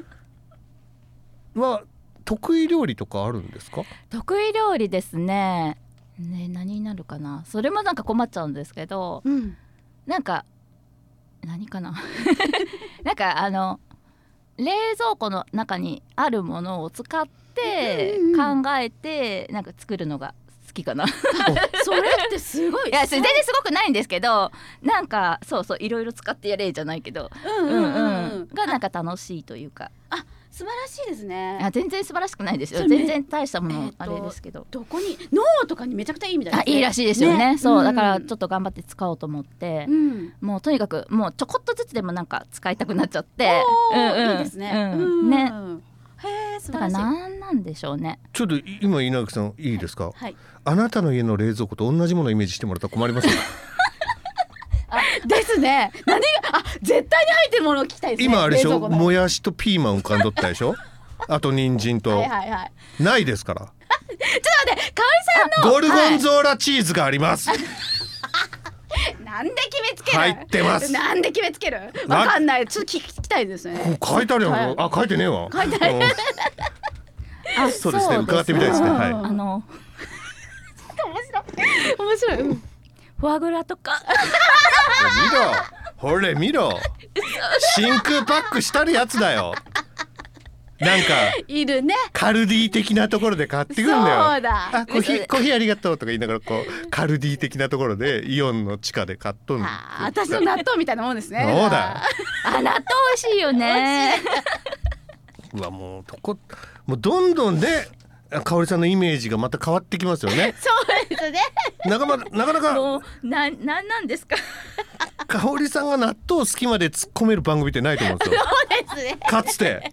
は得意料理とかあるんですか？ 得意料理ですね。ね何になるかな。それもなんか困っちゃうんですけど、うん、なんか何かななんかあの冷蔵庫の中にあるものを使って考えてなんか作るのが好きかなそれってすごいいや全然すごくないんですけど、なんかそうそういろいろ使ってやれじゃないけど、 うんうんうん、うん、 がなんか楽しいというか、 あ素晴らしいですね。 いや全然素晴らしくないですよ。全然大したものあれですけど、 えー、どこに脳とかにめちゃくちゃいいみたいですね。 あいいらしいですよ ね, ねそうだからちょっと頑張って使おうと思って、うん、もうとにかくもうちょこっとずつでもなんか使いたくなっちゃって、 うんうん、いいですね、うん、ねへー素晴らしい。 だから何なんでしょうね。 ちょっと今稲垣さんいいですか、はいはい、 あなたの家の冷蔵庫と同じものをイメージしてもらったら困りますよあですね。何があ絶対に入ってるものを聞きたいですね。 今あれでしょ、もやしとピーマン浮かんどったでしょあと人参とはいはい、はい、 ないですからちょっと待って、かおりさんのゴルゴンゾーラチーズがあります、はい、 なんで決めつける。 入ってます。 なんで決めつける。わかんない。ちょっと聞きたいですね。 書いてあるよ。あ書いてねえわ。 書いてない。 あそうですね。伺ってみたいですね。はい。 あの面白い面白い、うん、 フォアグラとか見ろほれ見ろ真空パックしたるやつだよ。なんかいるね。 カルディ的なところで買ってくるんだよ。 そうだ。 あコーヒーコーヒーありがとうとか言いながらこうカルディ的なところでイオンの地下で買っとんの。 あ私の納豆みたいなもんですね。 そうだ。 あ納豆美味しいよね。 うわもうとこもうどんどんねかおりさんのイメージがまた変わってきますよね。 そうですね。 なかなかなかなかもうななんなんですか。 かおりさんが納豆好きまで突っ込める番組ってないと思うんですよ。 そうですね。 かつて。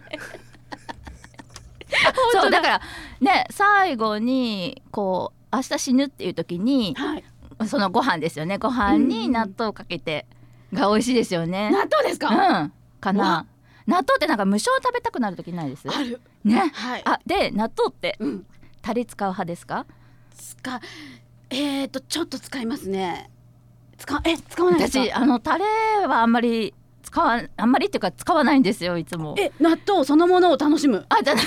そうだからね最後にこう明日死ぬっていう時に、はい、そのご飯ですよね。ご飯に納豆をかけてが美味しいですよね。 納豆ですか。 うんかな。納豆ってなんか無償食べたくなる時ないです。 あるね。 はい、 あで納豆って、 うん、 タレ使う派ですか。 使えーとちょっと使いますね。使え使わないですか。 私あのタレはあんまり使わあんまりっていうか使わないんですよいつも。 え納豆そのものを楽しむ。 あじゃ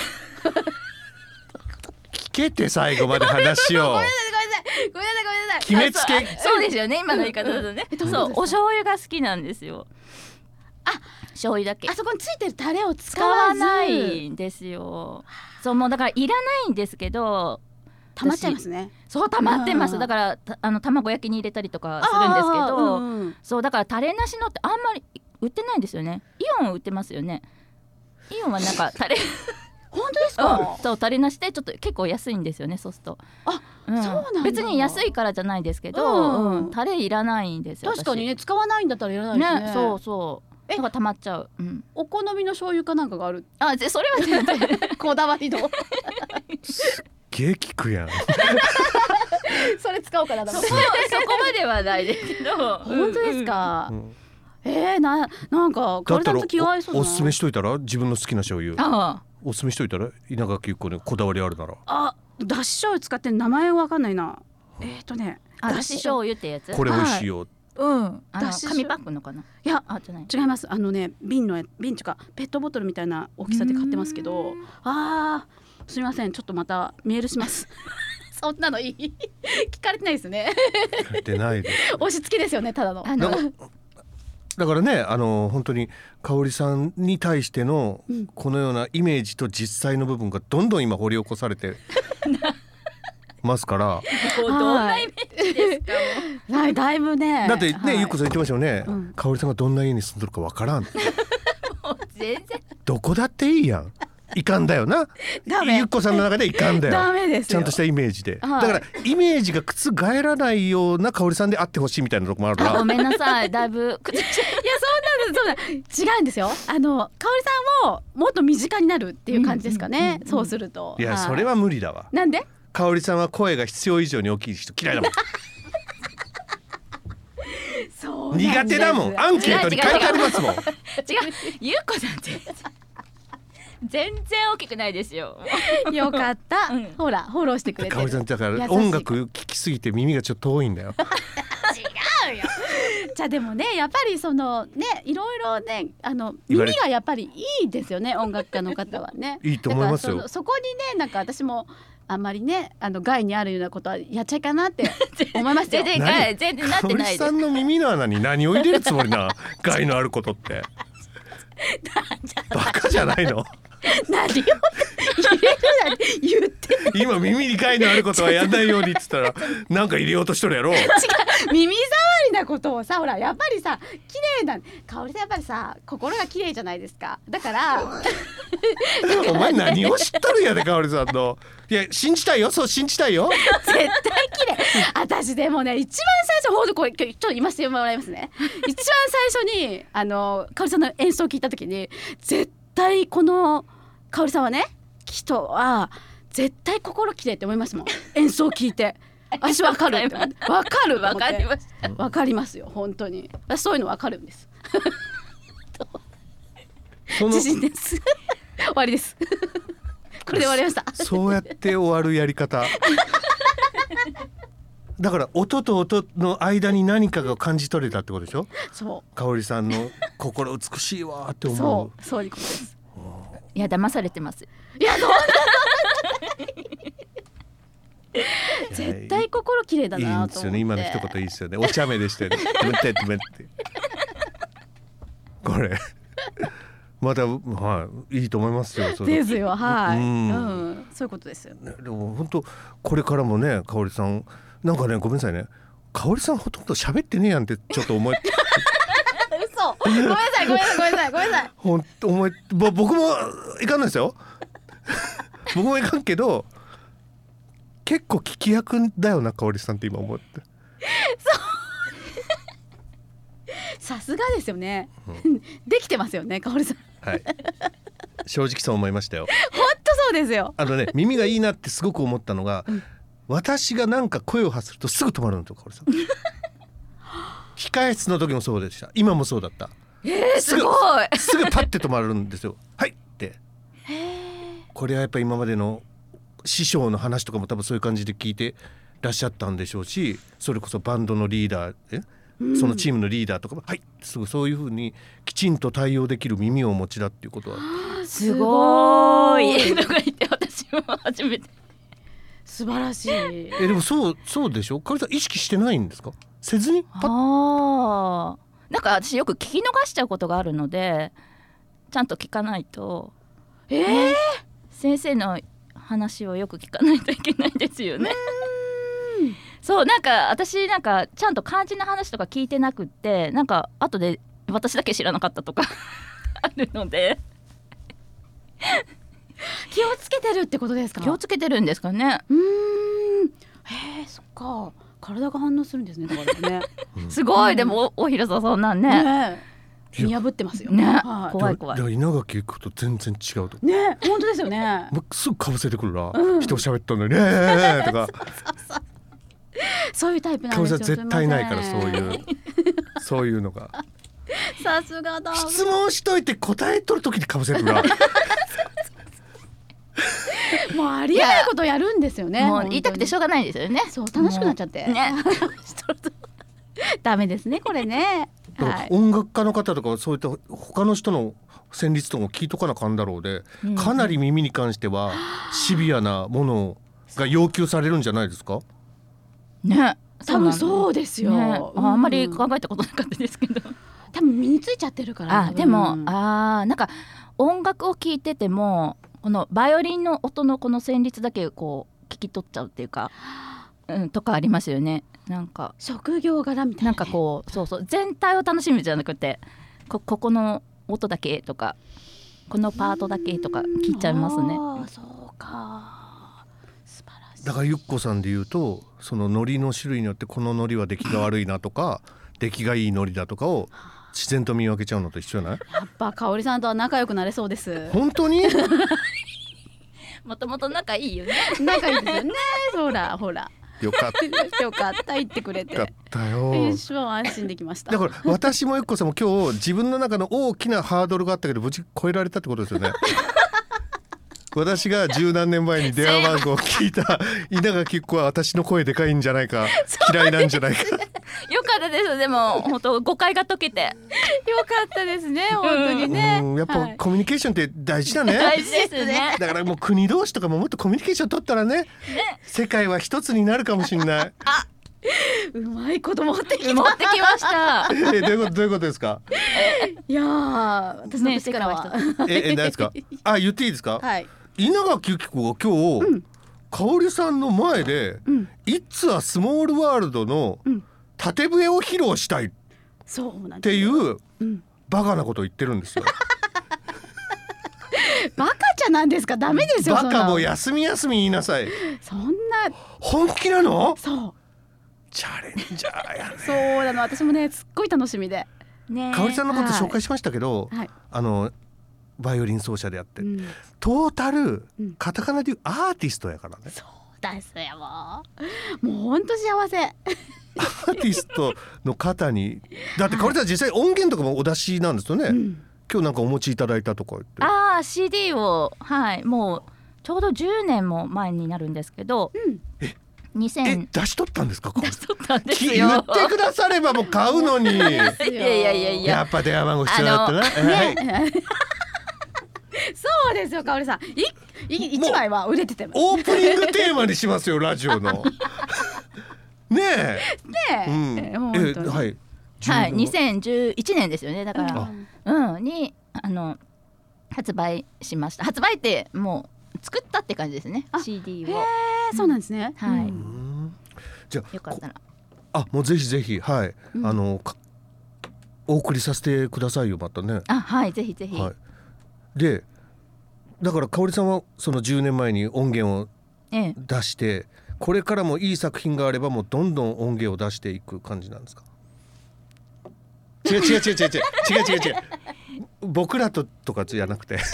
聞けて最後まで話を。 ごめんなさいごめんなさいごめんなさい。 決めつけ。 そう、そうですよね今の言い方だとね。そうお醤油が好きなんですよ。 あ醤油だけ。 あそこについてるタレを使使わずわないんですよ。そうもうだからいらないんですけど。 溜まっちゃいますね。 そう溜まってます。だからあの卵焼きに入れたりとかするんですけど、うんうん、そうだからタレなしのってあんまり売ってないんですよね。イオン売ってますよね。イオンはなんかタレ本当ですか。 うん、そうタレなしでちょっと結構安いんですよねそうすると。 あ、うん、そうなんだ。 別に安いからじゃないですけど、うんうん、タレいらないんですよ。 確かにね使わないんだったらいらないですね。 ねそうそうなんか溜まっちゃう、うん、 お好みの醤油かなんかがある。 あそれは全然こだわりのすっげえ聞くやんそれ使おうかなと思って。 そこまではないですけど本当ですか、 うんうん、 えー、な, なんかかおりさんと気が合いそうだな。 お, おすすめしといたら自分の好きな醤油ああおすすめしといたら稲垣ゆっこねこだわりあるなら。 あだし醤油使って名前わかんないな。えっ、ー、とねだし醤油ってやつこれ美味しいよ、はい、 うんだし紙パックのかな。 いやあじゃない違います。あのね瓶の瓶っていうかペットボトルみたいな大きさで買ってますけど。あーすみませんちょっとまたメールしますそんなのいい聞かれてないですね聞かれてないです押し付けですよねただの。あのだからねあの本当にかおりさんに対してのこのようなイメージと実際の部分がどんどん今掘り起こされてますからどんなイメージですか。 はいだいぶねだってね、 はい、 ゆっこさん言ってましたよね、うん、かおりさんがどんな家に住んでるかわからんもう全然どこだっていいやんいかんだよな。ゆっこさんの中でいかんだよ。 ダメですよ。 ちゃんとしたイメージで、はい、だからイメージが覆らないようなかおりさんであってほしいみたいなとこもあるから。 ごめんなさいだいぶいやそんなのそんな違うんですよ。あのかおりさんももっと身近になるっていう感じですかね、うんうんうんうん、そうすると。 いや、はい、それは無理だわ。 なんでかおりさんは声が必要以上に大きい人嫌いだもんそう苦手だもん。アンケートに書いてありますもん。違うゆっこさんって全然大きくないですよよかった、うん、ほらフォローしてくれてる。 かおりさんだから音楽聴きすぎて耳がちょっと遠いんだよ違うよじゃあでもねやっぱりそのねいろいろねあの耳がやっぱりいいですよね音楽家の方はねいいと思いますよ。 そ, そこにねなんか私もあんまりねあの害にあるようなことはやっちゃいかなって思いますよ。 全然害全然なってないです。 かおりさんの耳の穴に何を入れるつもりな害のあることってバカじゃないの何を入れるなんて言ってない。 今耳に害のあることはやんないようにっつったらなんか入れようとしとるやろ。 違う、耳障りなことをさ、ほらやっぱりさ綺麗な香織さん、やっぱりさ心が綺麗じゃないですか。だからお前何を知っとるやで香織さんの。いや信じたいよ、そう信じたいよ。 絶対綺麗。私でもね、一番最初ほんとこれちょっと言わせてもらいますね。一番最初にあの香織さんの演奏を聞いた時に、絶対この香織さんはね、人は絶対心綺麗って思いますもん。演奏を聞いて私わかるってわかるわかりました。 わかりますよ本当に。私そういうのわかるんです。自信です。終わりです。これで終わりました。 そうやって終わるやり方。だから音と音の間に何かが感じ取れたってことでしょ。 そう香織さんの心美しいわって思う。 そうそういうことです。 いや騙されてます。 いやどう絶対心綺麗だなと思って。いいんですよね、今の一言いいですよね。お茶目でしたよね。めってってめってこれまた、はい、いいと思いますよ。それですよ、はい、 うんうん、そういうことですよね。 でも本当これからもね、香織さんなんかね、ごめんなさいね、香織さんほとんど喋ってねえやんってちょっと思い嘘、ごめんなさいごめんなさいごめんなさいごめんなさい。 ほんと思い、ぼ僕もいかんないですよ僕もいかんけど結構聞き役だよな香織さんって今思って。 さすがですよね、うん、できてますよね香織さん。 はい、正直そう思いましたよ。 本当そうですよ。 あのね、耳がいいなってすごく思ったのが、うん、私がなんか声を発するとすぐ止まるのと香織さん控え室の時もそうでした。今もそうだった。 えー、すごいすぐパッて止まるんですよ。はいって。これはやっぱり今までの師匠の話とかも多分そういう感じで聞いてらっしゃったんでしょうし、それこそバンドのリーダーえそのチームのリーダーとかも、うん、はいすぐそういう風にきちんと対応できる耳をお持ちだっていうことはすごいとか言って私も初めて。 素晴らしい。えでもそうそうでしょ。香織さん意識してないんですか。せずにパッ。 あなんか私よく聞き逃しちゃうことがあるのでちゃんと聞かないと。 えー、 先生の話をよく聞かないといけないですよね。そうなんか私なんかちゃんと漢字の話とか聞いてなくってなんか後で私だけ知らなかったとかあるので気をつけてるってことですか。 気をつけてるんですかね。 うーん、へえ、そっか、体が反応するんですね。だからねすごい、うん、でも大平さんそんなんねね見破ってますよね。はい、 怖い怖い。 稲垣行くと全然違うとね、本当ですよね。 もうすぐかぶせてくるな、 うん、 人喋ったのにねとかそういうタイプなんですよ。 絶対ないからそういうそういうのがさすがだ。 質問しといて答えとる時にかぶせるなもうありえないことやるんですよね。 もう言いたくてしょうがないですよね。 そう楽しくなっちゃってねダメですねこれね。 はい、音楽家の方とかそういった他の人の旋律とかも聞いとかなあかんだろうで、うん、かなり耳に関してはシビアなものが要求されるんじゃないですかね。 多分そうですよ、ね、 あ, あんまり考えたことなかったですけど多分身についちゃってるから。 あでも、うん、あなんか音楽を聴いててもこのバイオリンの音のこの旋律だけこう聞き取っちゃうっていうか、うん、とかありますよね。なんか職業柄みたいな、ね、 なんかこうそうそう全体を楽しむじゃなくて こ, ここの音だけとかこのパートだけとか聞いちゃいますね。 あそうか、素晴らしい。 だからゆっこさんで言うとその海苔の種類によってこの海苔は出来が悪いなとか出来がいい海苔だとかを自然と見分けちゃうのと一緒じゃない。 やっぱ香織さんとは仲良くなれそうです。 本当にもともと仲いいよね。 仲いいですよねほらほらよかったよかった言ってくれてよかったよ。 一番安心できました。 だから私もゆっこさんも今日自分の中の大きなハードルがあったけど無事超えられたってことですよね私が十何年前に電話番号を聞いた稲垣子は私の声でかいんじゃないか嫌いなんじゃないかよかったです。でも本当誤解が解けてよかったですね本当にね、 うん、やっぱ、はい、コミュニケーションって大事だね。 大事ですね。 だからもう国同士とかももっとコミュニケーション取ったらね、ね世界は一つになるかもしれない。 あうまいこと持ってきた持ってきましたえどういうことどういうことですか。 いや私の口からは、 ね、 ええ何ですか。あ言っていいですか。 はい。 稲垣由紀子が今日、うん、香織さんの前で、うん、It's a Small World の縦笛を披露したいっていうバカなことを言ってるんですよ。 バカじゃなんですか。ダメですよ。 バカも休み休み言いなさい。 そんな本気なの？ そう。 チャレンジャーやね。 そうなの。私もねすっごい楽しみで。 ね、香織さんのこと紹介しましたけど、はい、あのバイオリン奏者であって、うん、トータル、うん、カタカナでいうアーティストやからね。 そうですよ。もうもう本当幸せ。 アーティストの方にだって香織さん実際音源とかもお出しなんですよね、うん、今日なんかお持ちいただいたとか言って。 ああ シーディー をはいもうちょうどじゅうねんも前になるんですけど、うん、 えにせんえ出しとったんですか？ 出しとったんですよ。 言ってくださればもう買うのに。いやいやいやいややっぱ電話番号必要だったな、ね、 そうですよ。香織さんいいいちまいは売れててもオープニングテーマにしますよラジオの。ねえねえ、うん、ええはいはいにせんじゅういちねんですよね。だからうんにあの発売しました。発売ってもう作ったって感じですね シーディー を。 へーそうなんですね、 うん、はい、 うん、じゃあよかったらあもうぜひぜひはい、うん、あのお送りさせてくださいよまたね。 あはいぜひぜひ、はい、 でだから香織さんはそのじゅうねんまえに音源を出して、ええ、これからもいい作品があればもうどんどん音源を出していく感じなんですか？違う違う違う違う違う違う違う違う僕らととかじゃなくて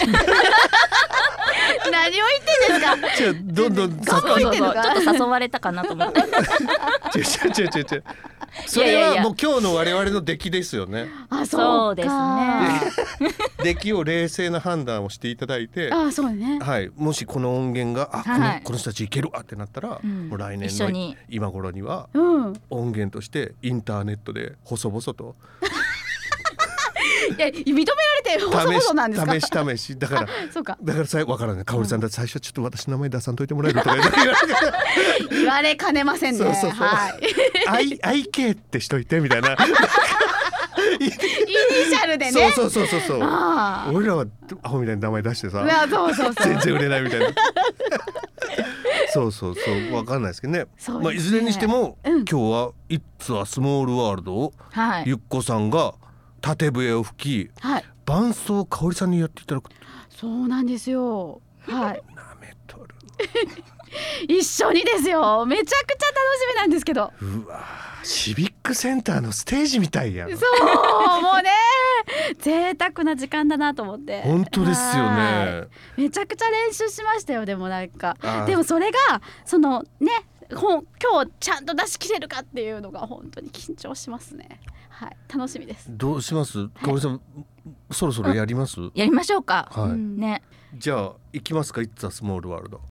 何を言ってんですか？ じゃどんどんそうそうそうちょっと誘われたかなと思って。違う違う違う違うそれはもう今日の我々の出来ですよね。 あそうですね。 出来を冷静な判断をしていただいて、 あそうね、 はい、もしこの音源があ、はい、この、この人たちいけるわってなったら、うん、もう来年の今頃には音源としてインターネットで細々といや認められて細々なんですか？ 試し試しだからそうかだからさ分からない香織さんだって最初ちょっと私の名前出さんといてもらえるとか言われかねませんね。 そうそうそう、はい、アイケー ってしといてみたいなイニシャルでね。 そうそうそうそう俺らはアホみたいな名前出してさそうそうそう全然売れないみたいなそうそうそう分かんないですけど ね, ね、まあ、いずれにしても、うん、今日は「It's a Small World」を、はい、ゆっこさんが縦笛を吹き、はい、伴奏香織さんにやっていただく。 そうなんですよ。はい。 なめとる。 一緒にですよ。めちゃくちゃ楽しみなんですけど。 うわシビックセンターのステージみたいやん。 そうもうね贅沢な時間だなと思って。 本当ですよね。 めちゃくちゃ練習しましたよ。でもなんかでもそれがそのね今日ちゃんと出し切れるかっていうのが本当に緊張しますね。はい、楽しみです。 どうします？香織さん、はい、そろそろやります？ やりましょうか。 はい。 ね。 じゃあ行きますか。It's a Small World。